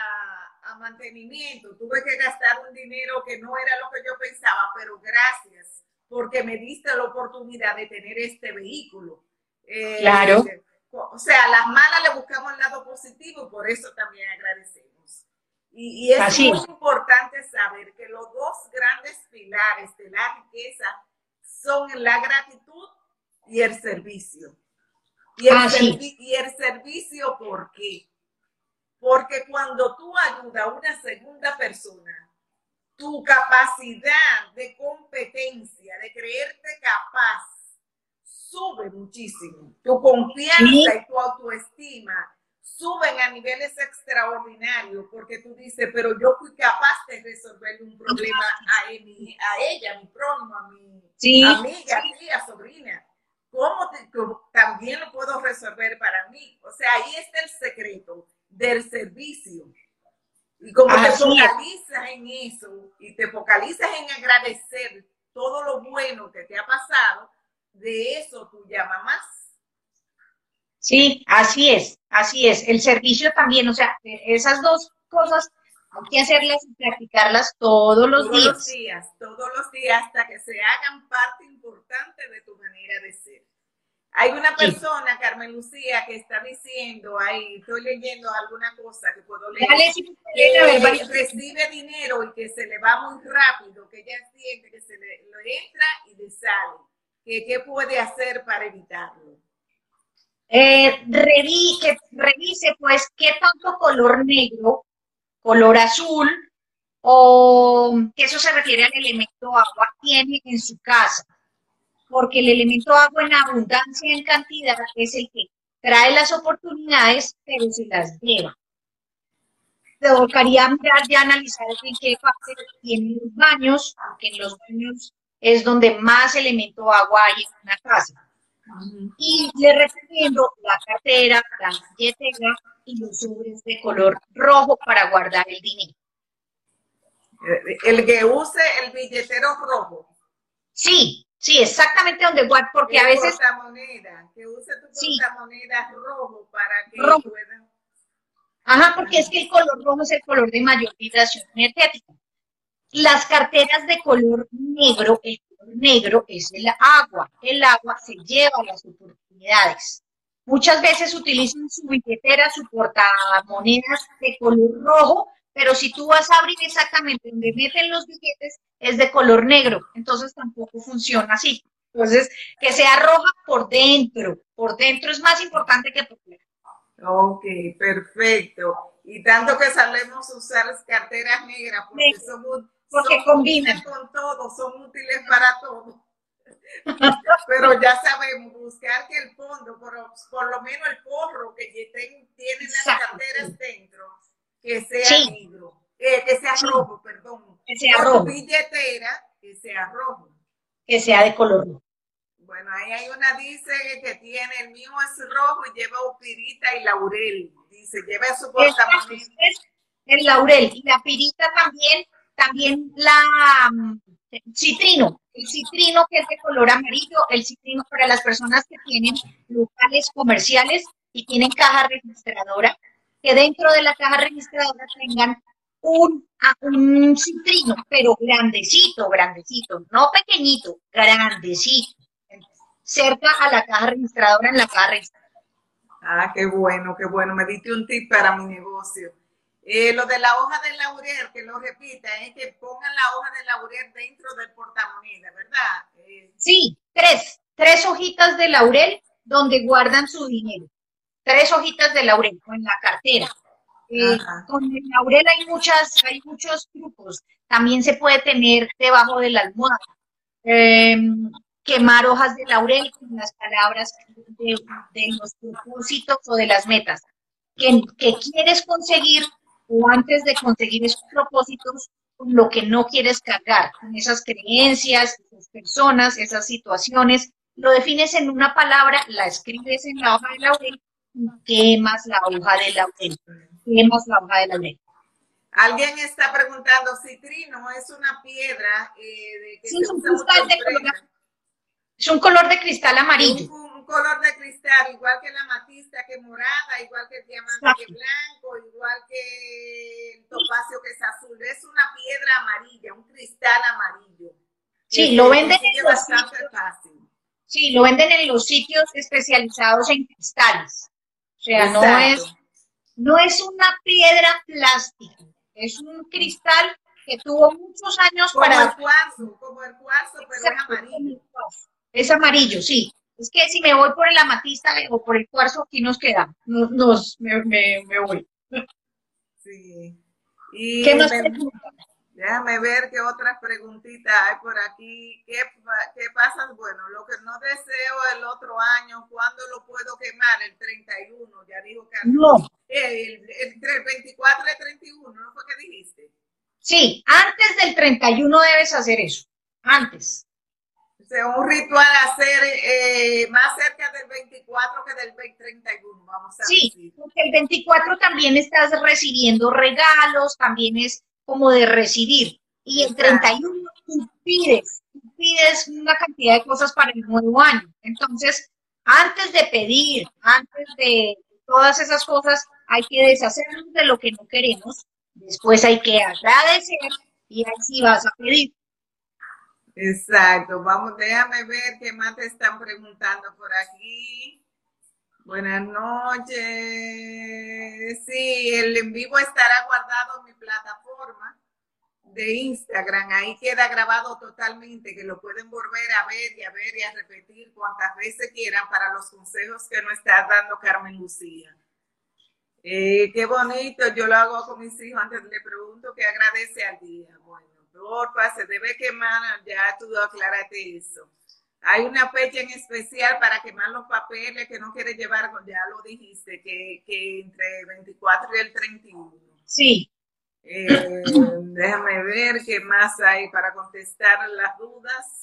a mantenimiento. Tuve que gastar un dinero que no era lo que yo pensaba, pero gracias porque me diste la oportunidad de tener este vehículo. Claro. O sea, las malas le buscamos el lado positivo y por eso también agradecemos. Y es muy importante saber que los dos grandes pilares de la riqueza son la gratitud y el servicio. Y el servicio, ¿por qué? Porque cuando tú ayudas a una segunda persona, tu capacidad de competencia, de creerte capaz, sube muchísimo. Tu confianza y tu autoestima suben a niveles extraordinarios porque tú dices, pero yo fui capaz de resolverle un problema a ella, a mi prójimo, a mi amiga, tía, sobrina. ¿Cómo también lo puedo resolver para mí? O sea, ahí está el secreto del servicio. Y como te focalizas en eso y te focalizas en agradecer todo lo bueno que te ha pasado, de eso tú llamas más. Sí, así es, así es. El servicio también, o sea, esas dos cosas hay que hacerlas y practicarlas todos los días. Todos los días, hasta que se hagan parte importante de tu manera de ser. Hay una persona, Carmen Lucía, que está diciendo, ahí estoy leyendo alguna cosa que puedo leer, que recibe dinero y que se le va muy rápido, que ella siente que se le entra y le sale. ¿Qué puede hacer para evitarlo? Revise pues qué tanto color negro, color azul o que eso se refiere al elemento agua tiene en su casa. Porque el elemento agua en abundancia, en cantidad, es el que trae las oportunidades, pero se las lleva. Te tocaría mirar y analizar en qué parte tienen los baños, porque en los baños es donde más elemento agua hay en una casa. Y le recomiendo la cartera, la billetera y los sobres de color rojo para guardar el dinero. El que use el billetero rojo. Sí, exactamente donde guarda, porque a veces... Que use tu portamonedas rojo para que pueda... Ajá, porque es que el color rojo es el color de mayor vibración energética. Las carteras de color negro, el color negro es el agua se lleva las oportunidades. Muchas veces utilizan su billetera, su portamonedas de color rojo, pero si tú vas a abrir exactamente donde meten los billetes, es de color negro, entonces tampoco funciona así. Entonces, que sea roja por dentro es más importante que por fuera. Ok, perfecto. Y tanto que sabemos usar las carteras negras porque Sí, porque combinan combinan. con todo, son útiles para todo. Pero ya sabemos, buscar que el fondo, por lo menos el forro que tienen las Exacto, carteras sí. dentro, que sea Sí, negro, que sea sí, rojo, perdón. que sea O tu rojo, billetera, que sea rojo. que sea de color rojo. Bueno, ahí hay una, dice que tiene, el mío es rojo y lleva upirita y laurel. Dice, lleva su Exacto, portamoneda. es el laurel y la pirita también, también la citrino, el citrino que es de color amarillo, el citrino para las personas que tienen locales comerciales y tienen caja registradora, que dentro de la caja registradora tengan un citrino, pero grandecito, grandecito, no pequeñito, grandecito, cerca a la caja registradora en la caja registradora. Ah, qué bueno, me diste un tip para mi negocio. Lo de la hoja de laurel, que lo repita, es que pongan la hoja de laurel dentro del portamoneda, ¿verdad? Sí, tres hojitas de laurel donde guardan su dinero. Tres hojitas de laurel o en la cartera. Ajá. Con el laurel hay muchos trucos. También se puede tener debajo de la almohada. Eh, Quemar hojas de laurel con las palabras de los propósitos o de las metas que quieres conseguir o antes de conseguir esos propósitos, con lo que no quieres cargar, con esas creencias, esas personas, esas situaciones, lo defines en una palabra, la escribes en la hoja de laurel y quemas la hoja de laurel. Quemas la hoja de laurel. Alguien está preguntando, citrino es una piedra que Sí, se es un usa mucho cristal en prenda. es un color de cristal Un, amarillo. un, color de cristal, igual que la amatista que es morada, igual que el diamante que es Exacto. blanco, igual que el topacio que es azul. Es una piedra amarilla, un cristal amarillo, que Sí, lo se venden consigue en los bastante sitios. fácil. Sí, lo venden en los sitios especializados en cristales. O sea, Exacto. no es una piedra plástica, es un cristal que tuvo muchos años para... Como el cuarzo, pero es Exacto, como amarillo. el cuarzo. Es amarillo, sí. Es que si me voy por el amatista o por el cuarzo, aquí nos queda. Me voy. Sí. ¿Qué Y más preguntas? déjame ver qué otras preguntitas hay por aquí. ¿Qué pasa? Bueno, lo que no deseo el otro año, ¿cuándo lo puedo quemar? El 31, ya dijo Carmen No, Luz. Entre el 24 y el 31, ¿no fue que dijiste? sí, antes del 31 debes hacer eso. Antes. O sea, un ritual hacer más cerca del 24 que del 31, vamos a Sí, decir. porque el 24 también estás recibiendo regalos, también es como de recibir. Y el Exacto. 31 tú pides una cantidad de cosas para el nuevo año. Entonces, antes de pedir, antes de todas esas cosas, hay que deshacernos de lo que no queremos. Después hay que agradecer y ahí sí vas a pedir. Exacto. Vamos, déjame ver qué más te están preguntando por aquí. Buenas noches. Sí, el en vivo estará guardado en mi plataforma de Instagram. Ahí queda grabado totalmente, que lo pueden volver a ver y a ver y a repetir cuantas veces quieran para los consejos que nos está dando Carmen Lucía. Qué bonito, yo lo hago con mis hijos antes le pregunto qué agradece al día. Bueno, porfa, se debe quemar, ya tú aclárate eso. Hay una fecha en especial para quemar los papeles que no quieres llevar, ya lo dijiste, que entre el 24 y el 31. Sí, Déjame ver qué más hay para contestar las dudas.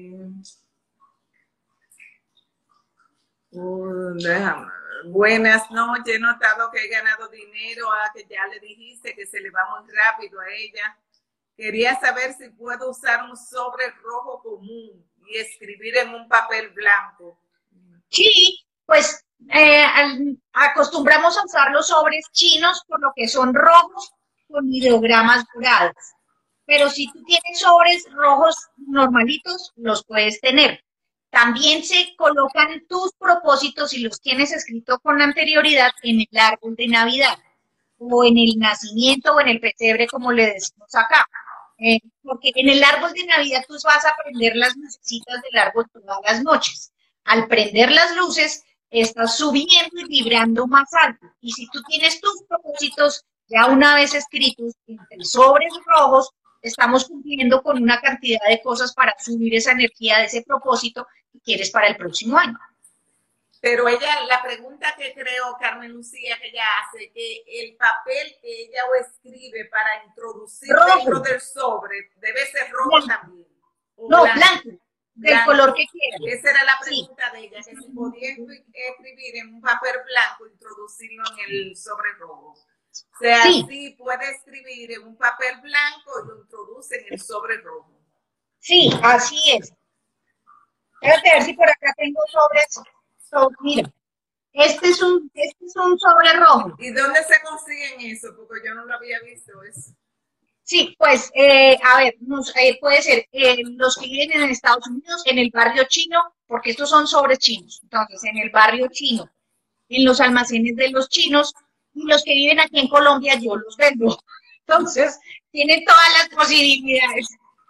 Déjame. Buenas noches, he notado que he ganado dinero, que ya le dijiste que se le va muy rápido a ella. Quería saber si puedo usar un sobre rojo común y escribir en un papel blanco. sí, pues acostumbramos a usar los sobres chinos por lo que son rojos con ideogramas dorados. Pero si tú tienes sobres rojos normalitos, los puedes tener. También se colocan tus propósitos y los tienes escrito con anterioridad en el árbol de Navidad o en el nacimiento o en el pesebre, como le decimos acá. Porque en el árbol de Navidad tú vas a prender las lucecitas del árbol todas las noches. Al prender las luces, estás subiendo y vibrando más alto. Y si tú tienes tus propósitos ya una vez escritos entre sobres rojos, estamos cumpliendo con una cantidad de cosas para subir esa energía de ese propósito que quieres para el próximo año. Pero ella, la pregunta que creo, Carmen Lucía, que ella hace, que el papel que ella o escribe para introducir dentro del sobre debe ser rojo también. No, blanco, del color que quieras. Esa era la pregunta de ella, que si podía escribir en un papel blanco, introducirlo en el sobre rojo. O sea, sí puede escribir en un papel blanco y lo introduce en el sobre rojo. Sí, así es. Déjate ver si por acá tengo sobres. Mira, este es un sobre rojo. ¿Y dónde se consiguen eso? Porque yo no lo había visto eso. Sí, pues, a ver, puede ser los que viven en Estados Unidos, en el barrio chino, porque estos son sobres chinos. Entonces, en el barrio chino, en los almacenes de los chinos, y los que viven aquí en Colombia, yo los vendo. Entonces, tienen todas las posibilidades.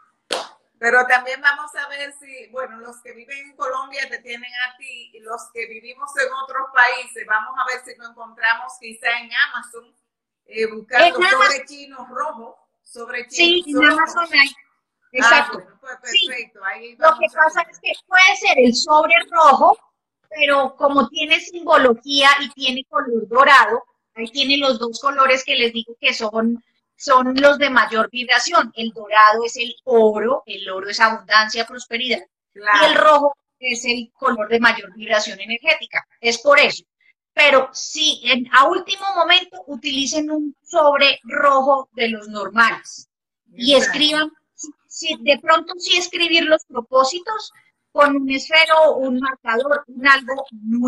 Pero también vamos a ver si, bueno, los que viven en Colombia te tienen a ti, y los que vivimos en otros países, vamos a ver si nos encontramos quizá en Amazon, buscando sobre chinos rojos, sobre chinos. Sí, en Amazon hay. Exacto. Bueno, pues perfecto. Sí. Ahí lo que pasa es que puede ser el sobre rojo, pero como tiene simbología y tiene color dorado, ahí tiene los dos colores que les digo que son los de mayor vibración. El dorado es el oro es abundancia, prosperidad, claro. Y el rojo es el color de mayor vibración energética. Es por eso. Pero si a último momento utilicen un sobre rojo de los normales y escriban, de pronto sí escribir los propósitos con un esfero, un marcador, algo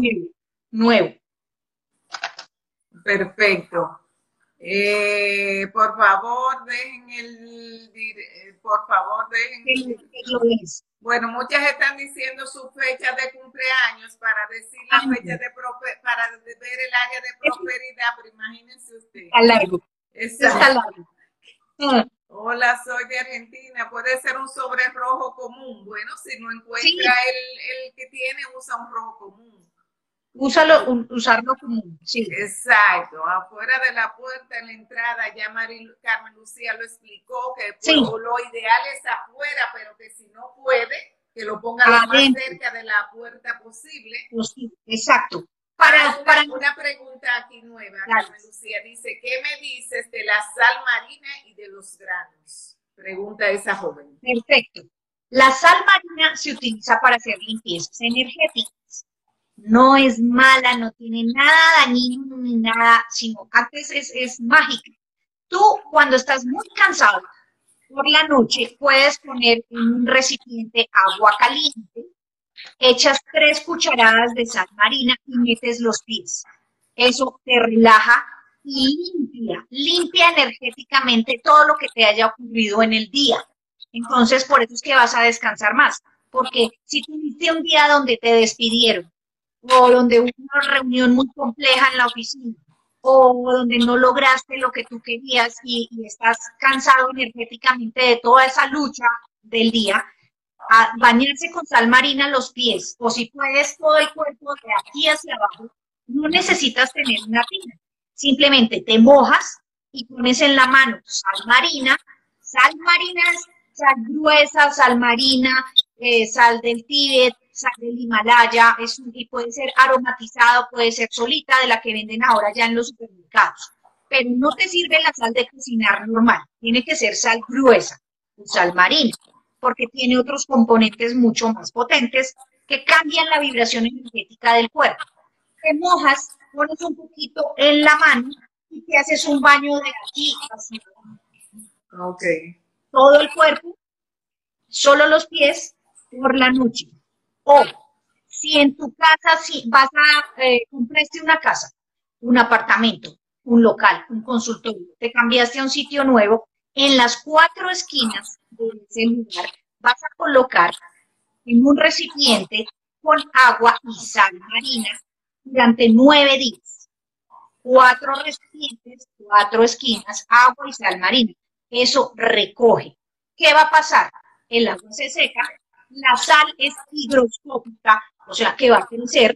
nuevo. Perfecto. Por favor, Bueno, muchas están diciendo su fecha de cumpleaños para decir la fecha para ver el área de prosperidad, pero imagínense usted. Está largo. Está largo. Hola, soy de Argentina. Puede ser un sobre rojo común. Bueno, si no encuentra el que tiene, usa un rojo común. Usarlo común, sí. Exacto, afuera de la puerta, en la entrada, ya Carmen Lucía lo explicó, que lo ideal es afuera, pero que si no puede, que lo ponga lo más cerca de la puerta posible. Sí, exacto. Para una pregunta aquí nueva, Carmen Lucía, dice, ¿qué me dices de la sal marina y de los granos? Pregunta esa joven. Perfecto. La sal marina se utiliza para hacer limpiezas energéticas. No es mala, no tiene nada dañino ni nada, sino antes es mágica. Tú, cuando estás muy cansado por la noche, puedes poner en un recipiente agua caliente, echas 3 cucharadas de sal marina y metes los pies. Eso te relaja y limpia energéticamente todo lo que te haya ocurrido en el día. Entonces, por eso es que vas a descansar más. Porque si tuviste un día donde te despidieron, o donde hubo una reunión muy compleja en la oficina, o donde no lograste lo que tú querías y estás cansado energéticamente de toda esa lucha del día, a bañarse con sal marina los pies, o si puedes todo el cuerpo de aquí hacia abajo, no necesitas tener una tina, simplemente te mojas y pones en la mano sal marina es sal gruesa, sal marina, sal del Tíbet, sal del Himalaya, y puede ser aromatizado, puede ser solita, de la que venden ahora ya en los supermercados. Pero no te sirve la sal de cocinar normal, tiene que ser sal gruesa, sal marina, porque tiene otros componentes mucho más potentes que cambian la vibración energética del cuerpo. Te mojas, pones un poquito en la mano y te haces un baño de aquí hacia abajo. Ok. Todo el cuerpo, solo los pies por la noche. O si en tu casa, si vas compraste una casa, un apartamento, un local, un consultorio, te cambiaste a un sitio nuevo, en las 4 esquinas de ese lugar vas a colocar en un recipiente con agua y sal marina durante 9 días. 4 recipientes, 4 esquinas, agua y sal marina. Eso recoge. ¿Qué va a pasar? El agua se seca, la sal es higroscópica, o sea que va a crecer,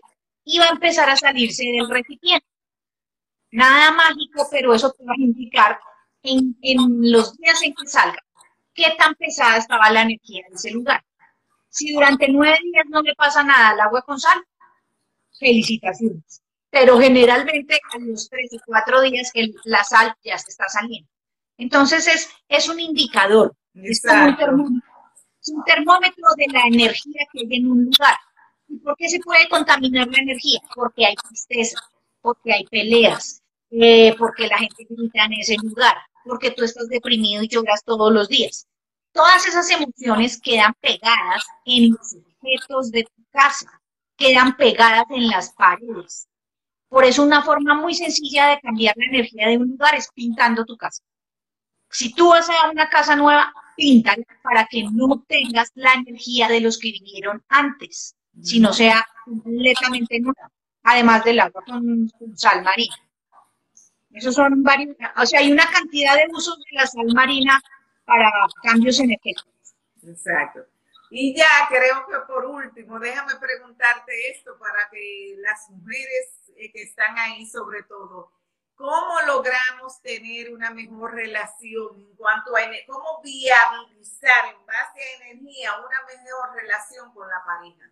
y va a empezar a salirse del recipiente. Nada mágico, pero eso te va a indicar en los días en que salga qué tan pesada estaba la energía de ese lugar. Si durante 9 días no le pasa nada al agua con sal, felicitaciones. Pero generalmente a los 3 o 4 días la sal ya se está saliendo. Entonces es un indicador, es como un termómetro de la energía que hay en un lugar. ¿Y por qué se puede contaminar la energía? Porque hay tristeza, porque hay peleas, porque la gente grita en ese lugar, porque tú estás deprimido y lloras todos los días. Todas esas emociones quedan pegadas en los objetos de tu casa, quedan pegadas en las paredes. Por eso una forma muy sencilla de cambiar la energía de un lugar es pintando tu casa. Si tú vas a una casa nueva, píntala para que no tengas la energía de los que vinieron antes, sino sea completamente nueva, además del agua con sal marina. Esos son varios, o sea, hay una cantidad de usos de la sal marina para cambios energéticos. Exacto. Y ya creo que por último, déjame preguntarte esto para que las mujeres que están ahí sobre todo, ¿cómo logramos tener una mejor relación en cuanto a cómo viabilizar en base a energía una mejor relación con la pareja?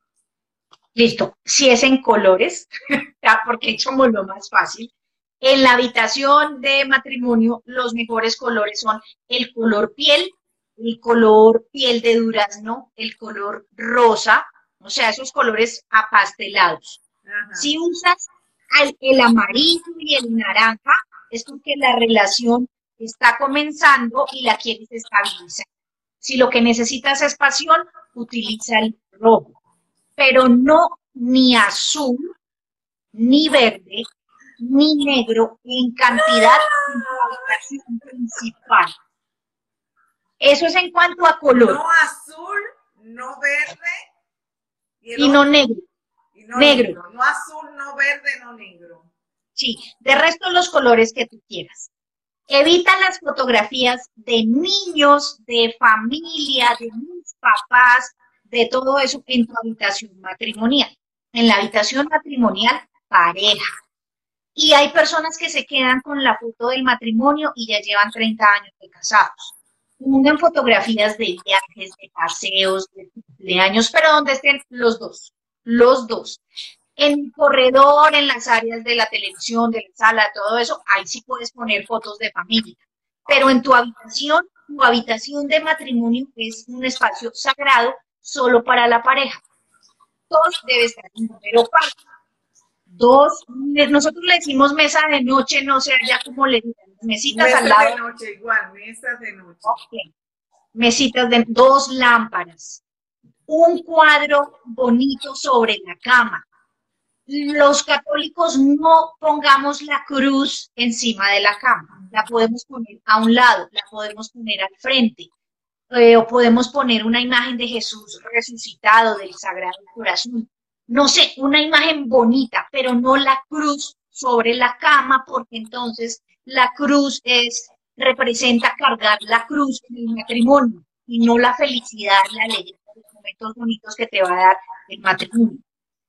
Listo, si es en colores, porque es como lo más fácil. En la habitación de matrimonio, los mejores colores son el color piel de durazno, el color rosa, o sea, esos colores apastelados. Ajá. Si usas el amarillo y el naranja, es porque la relación está comenzando y la quieres estabilizar. Si lo que necesitas es pasión, utiliza el rojo, pero no ni azul, ni verde, ni negro en cantidad en tu habitación principal. Eso es en cuanto a color. No azul, no verde. Y no negro. Y no negro. No azul, no verde, no negro. Sí, de resto los colores que tú quieras. Evita las fotografías de niños, de familia, de mis papás, de todo eso en tu habitación matrimonial. En la habitación matrimonial, pareja. Y hay personas que se quedan con la foto del matrimonio y ya llevan 30 años de casados. Pongan fotografías de viajes, de paseos, de cumpleaños, pero donde estén los dos. Los dos. En el corredor, en las áreas de la televisión, de la sala, todo eso, ahí sí puedes poner fotos de familia. Pero en tu habitación de matrimonio es un espacio sagrado solo para la pareja. Dos debe estar en número par. Dos, nosotros le decimos mesa de noche, no sé allá cómo le dicen, mesitas mesa al lado. Mesas de noche, igual, mesas de noche. Okay. Mesitas de 2 lámparas, un cuadro bonito sobre la cama. Los católicos no pongamos la cruz encima de la cama, la podemos poner a un lado, la podemos poner al frente, o podemos poner una imagen de Jesús resucitado del Sagrado Corazón. No sé, una imagen bonita, pero no la cruz sobre la cama, porque entonces la cruz representa cargar la cruz en el matrimonio y no la felicidad, la alegría, los momentos bonitos que te va a dar el matrimonio.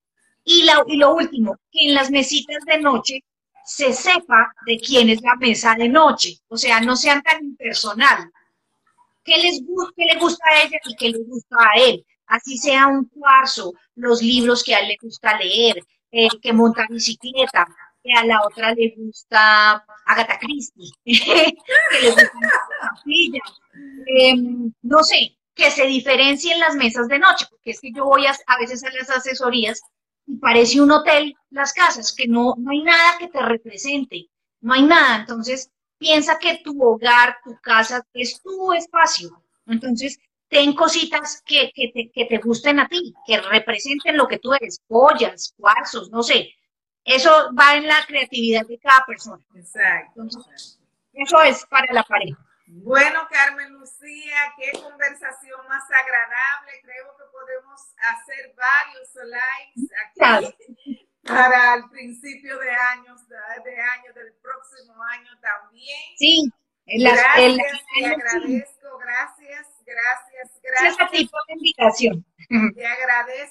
Y lo último, que en las mesitas de noche se sepa de quién es la mesa de noche, o sea, no sean tan impersonal. ¿Qué le gusta a ella y qué le gusta a él? Así sea un cuarzo, los libros que a él le gusta leer, que monta bicicleta, que a la otra le gusta Agatha Christie, que le gusta Capilla, no sé, que se diferencien las mesas de noche, porque es que yo voy a veces a las asesorías y parece un hotel las casas, que no hay nada que te represente, no hay nada, entonces piensa que tu hogar, tu casa es tu espacio, entonces ten cositas que te gusten a ti, que representen lo que tú eres, joyas, cuarzos, no sé, eso va en la creatividad de cada persona. Exacto. Entonces, eso es para la pareja. Bueno, Carmen Lucía, qué conversación más agradable. Creo que podemos hacer varios lives aquí para el principio de años del próximo año también. Sí. Gracias, te agradezco, gracias. Gracias a ti por la invitación. Te agradezco muchísimo.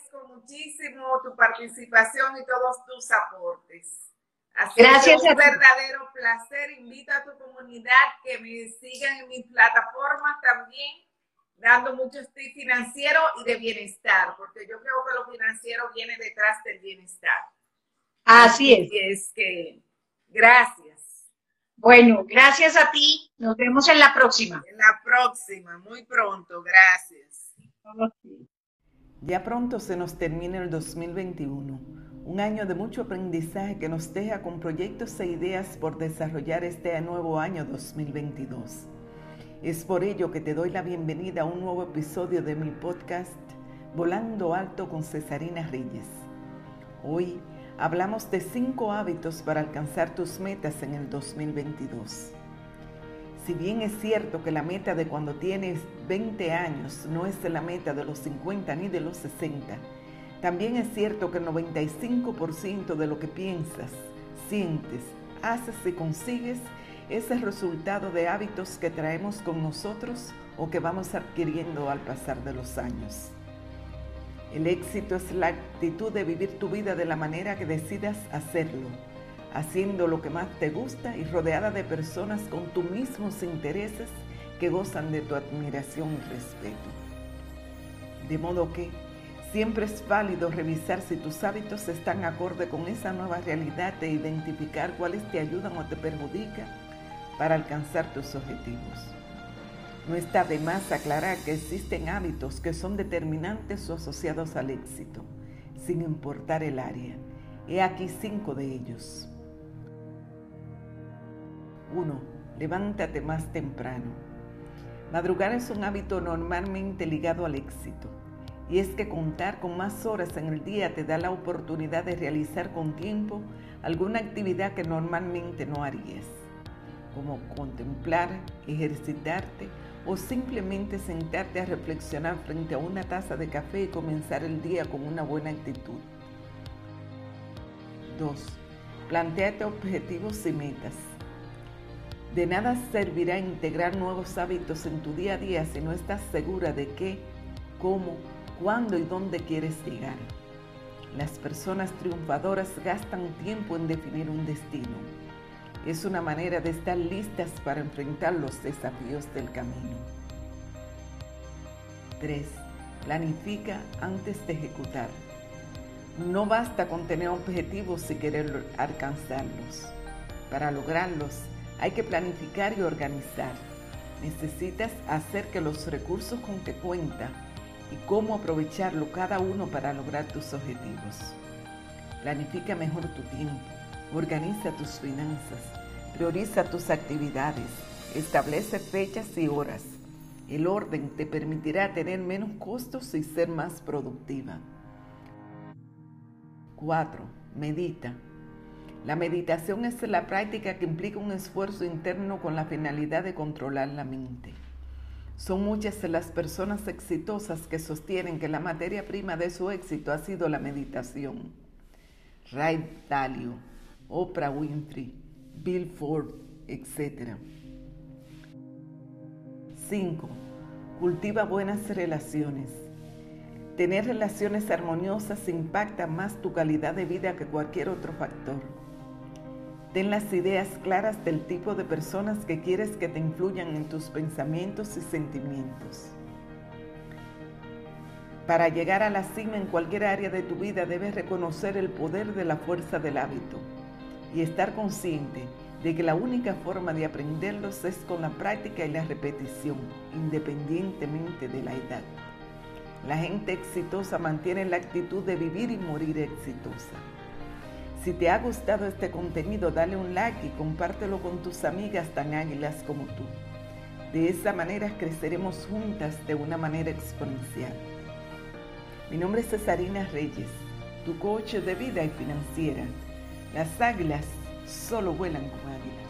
muchísimo tu participación y todos tus aportes. Gracias. Un verdadero placer. Invito a tu comunidad que me sigan en mis plataformas también, dando muchos tips financieros y de bienestar, porque yo creo que lo financiero viene detrás del bienestar. Así es. Es que, gracias. Bueno, gracias a ti. Nos vemos en la próxima. En la próxima, muy pronto. Gracias. Ya pronto se nos termina el 2021, un año de mucho aprendizaje que nos deja con proyectos e ideas por desarrollar este nuevo año 2022. Es por ello que te doy la bienvenida a un nuevo episodio de mi podcast Volando Alto con Cesarina Reyes. Hoy hablamos de 5 hábitos para alcanzar tus metas en el 2022. Si bien es cierto que la meta de cuando tienes 20 años no es la meta de los 50 ni de los 60, también es cierto que el 95% de lo que piensas, sientes, haces y consigues es el resultado de hábitos que traemos con nosotros o que vamos adquiriendo al pasar de los años. El éxito es la actitud de vivir tu vida de la manera que decidas hacerlo, haciendo lo que más te gusta y rodeada de personas con tus mismos intereses que gozan de tu admiración y respeto. De modo que siempre es válido revisar si tus hábitos están acorde con esa nueva realidad e identificar cuáles te ayudan o te perjudican para alcanzar tus objetivos. No está de más aclarar que existen hábitos que son determinantes o asociados al éxito, sin importar el área. He aquí 5 de ellos. 1. Levántate más temprano. Madrugar es un hábito normalmente ligado al éxito, y es que contar con más horas en el día te da la oportunidad de realizar con tiempo alguna actividad que normalmente no harías, como contemplar, ejercitarte o simplemente sentarte a reflexionar frente a una taza de café y comenzar el día con una buena actitud. 2. Plantéate objetivos y metas. De nada servirá integrar nuevos hábitos en tu día a día si no estás segura de qué, cómo, cuándo y dónde quieres llegar. Las personas triunfadoras gastan tiempo en definir un destino. Es una manera de estar listas para enfrentar los desafíos del camino. 3. Planifica antes de ejecutar. No basta con tener objetivos y querer alcanzarlos. Para lograrlos, hay que planificar y organizar. Necesitas hacer que los recursos con que cuentas y cómo aprovecharlo cada uno para lograr tus objetivos. Planifica mejor tu tiempo, organiza tus finanzas, prioriza tus actividades, establece fechas y horas. El orden te permitirá tener menos costos y ser más productiva. 4. Medita. La meditación es la práctica que implica un esfuerzo interno con la finalidad de controlar la mente. Son muchas las personas exitosas que sostienen que la materia prima de su éxito ha sido la meditación. Ray Dalio, Oprah Winfrey, Bill Ford, etc. 5. Cultiva buenas relaciones. Tener relaciones armoniosas impacta más tu calidad de vida que cualquier otro factor. Ten las ideas claras del tipo de personas que quieres que te influyan en tus pensamientos y sentimientos. Para llegar a la cima en cualquier área de tu vida debes reconocer el poder de la fuerza del hábito y estar consciente de que la única forma de aprenderlos es con la práctica y la repetición, independientemente de la edad. La gente exitosa mantiene la actitud de vivir y morir exitosa. Si te ha gustado este contenido, dale un like y compártelo con tus amigas tan águilas como tú. De esa manera creceremos juntas de una manera exponencial. Mi nombre es Cesarina Reyes, tu coach de vida y financiera. Las águilas solo vuelan con águilas.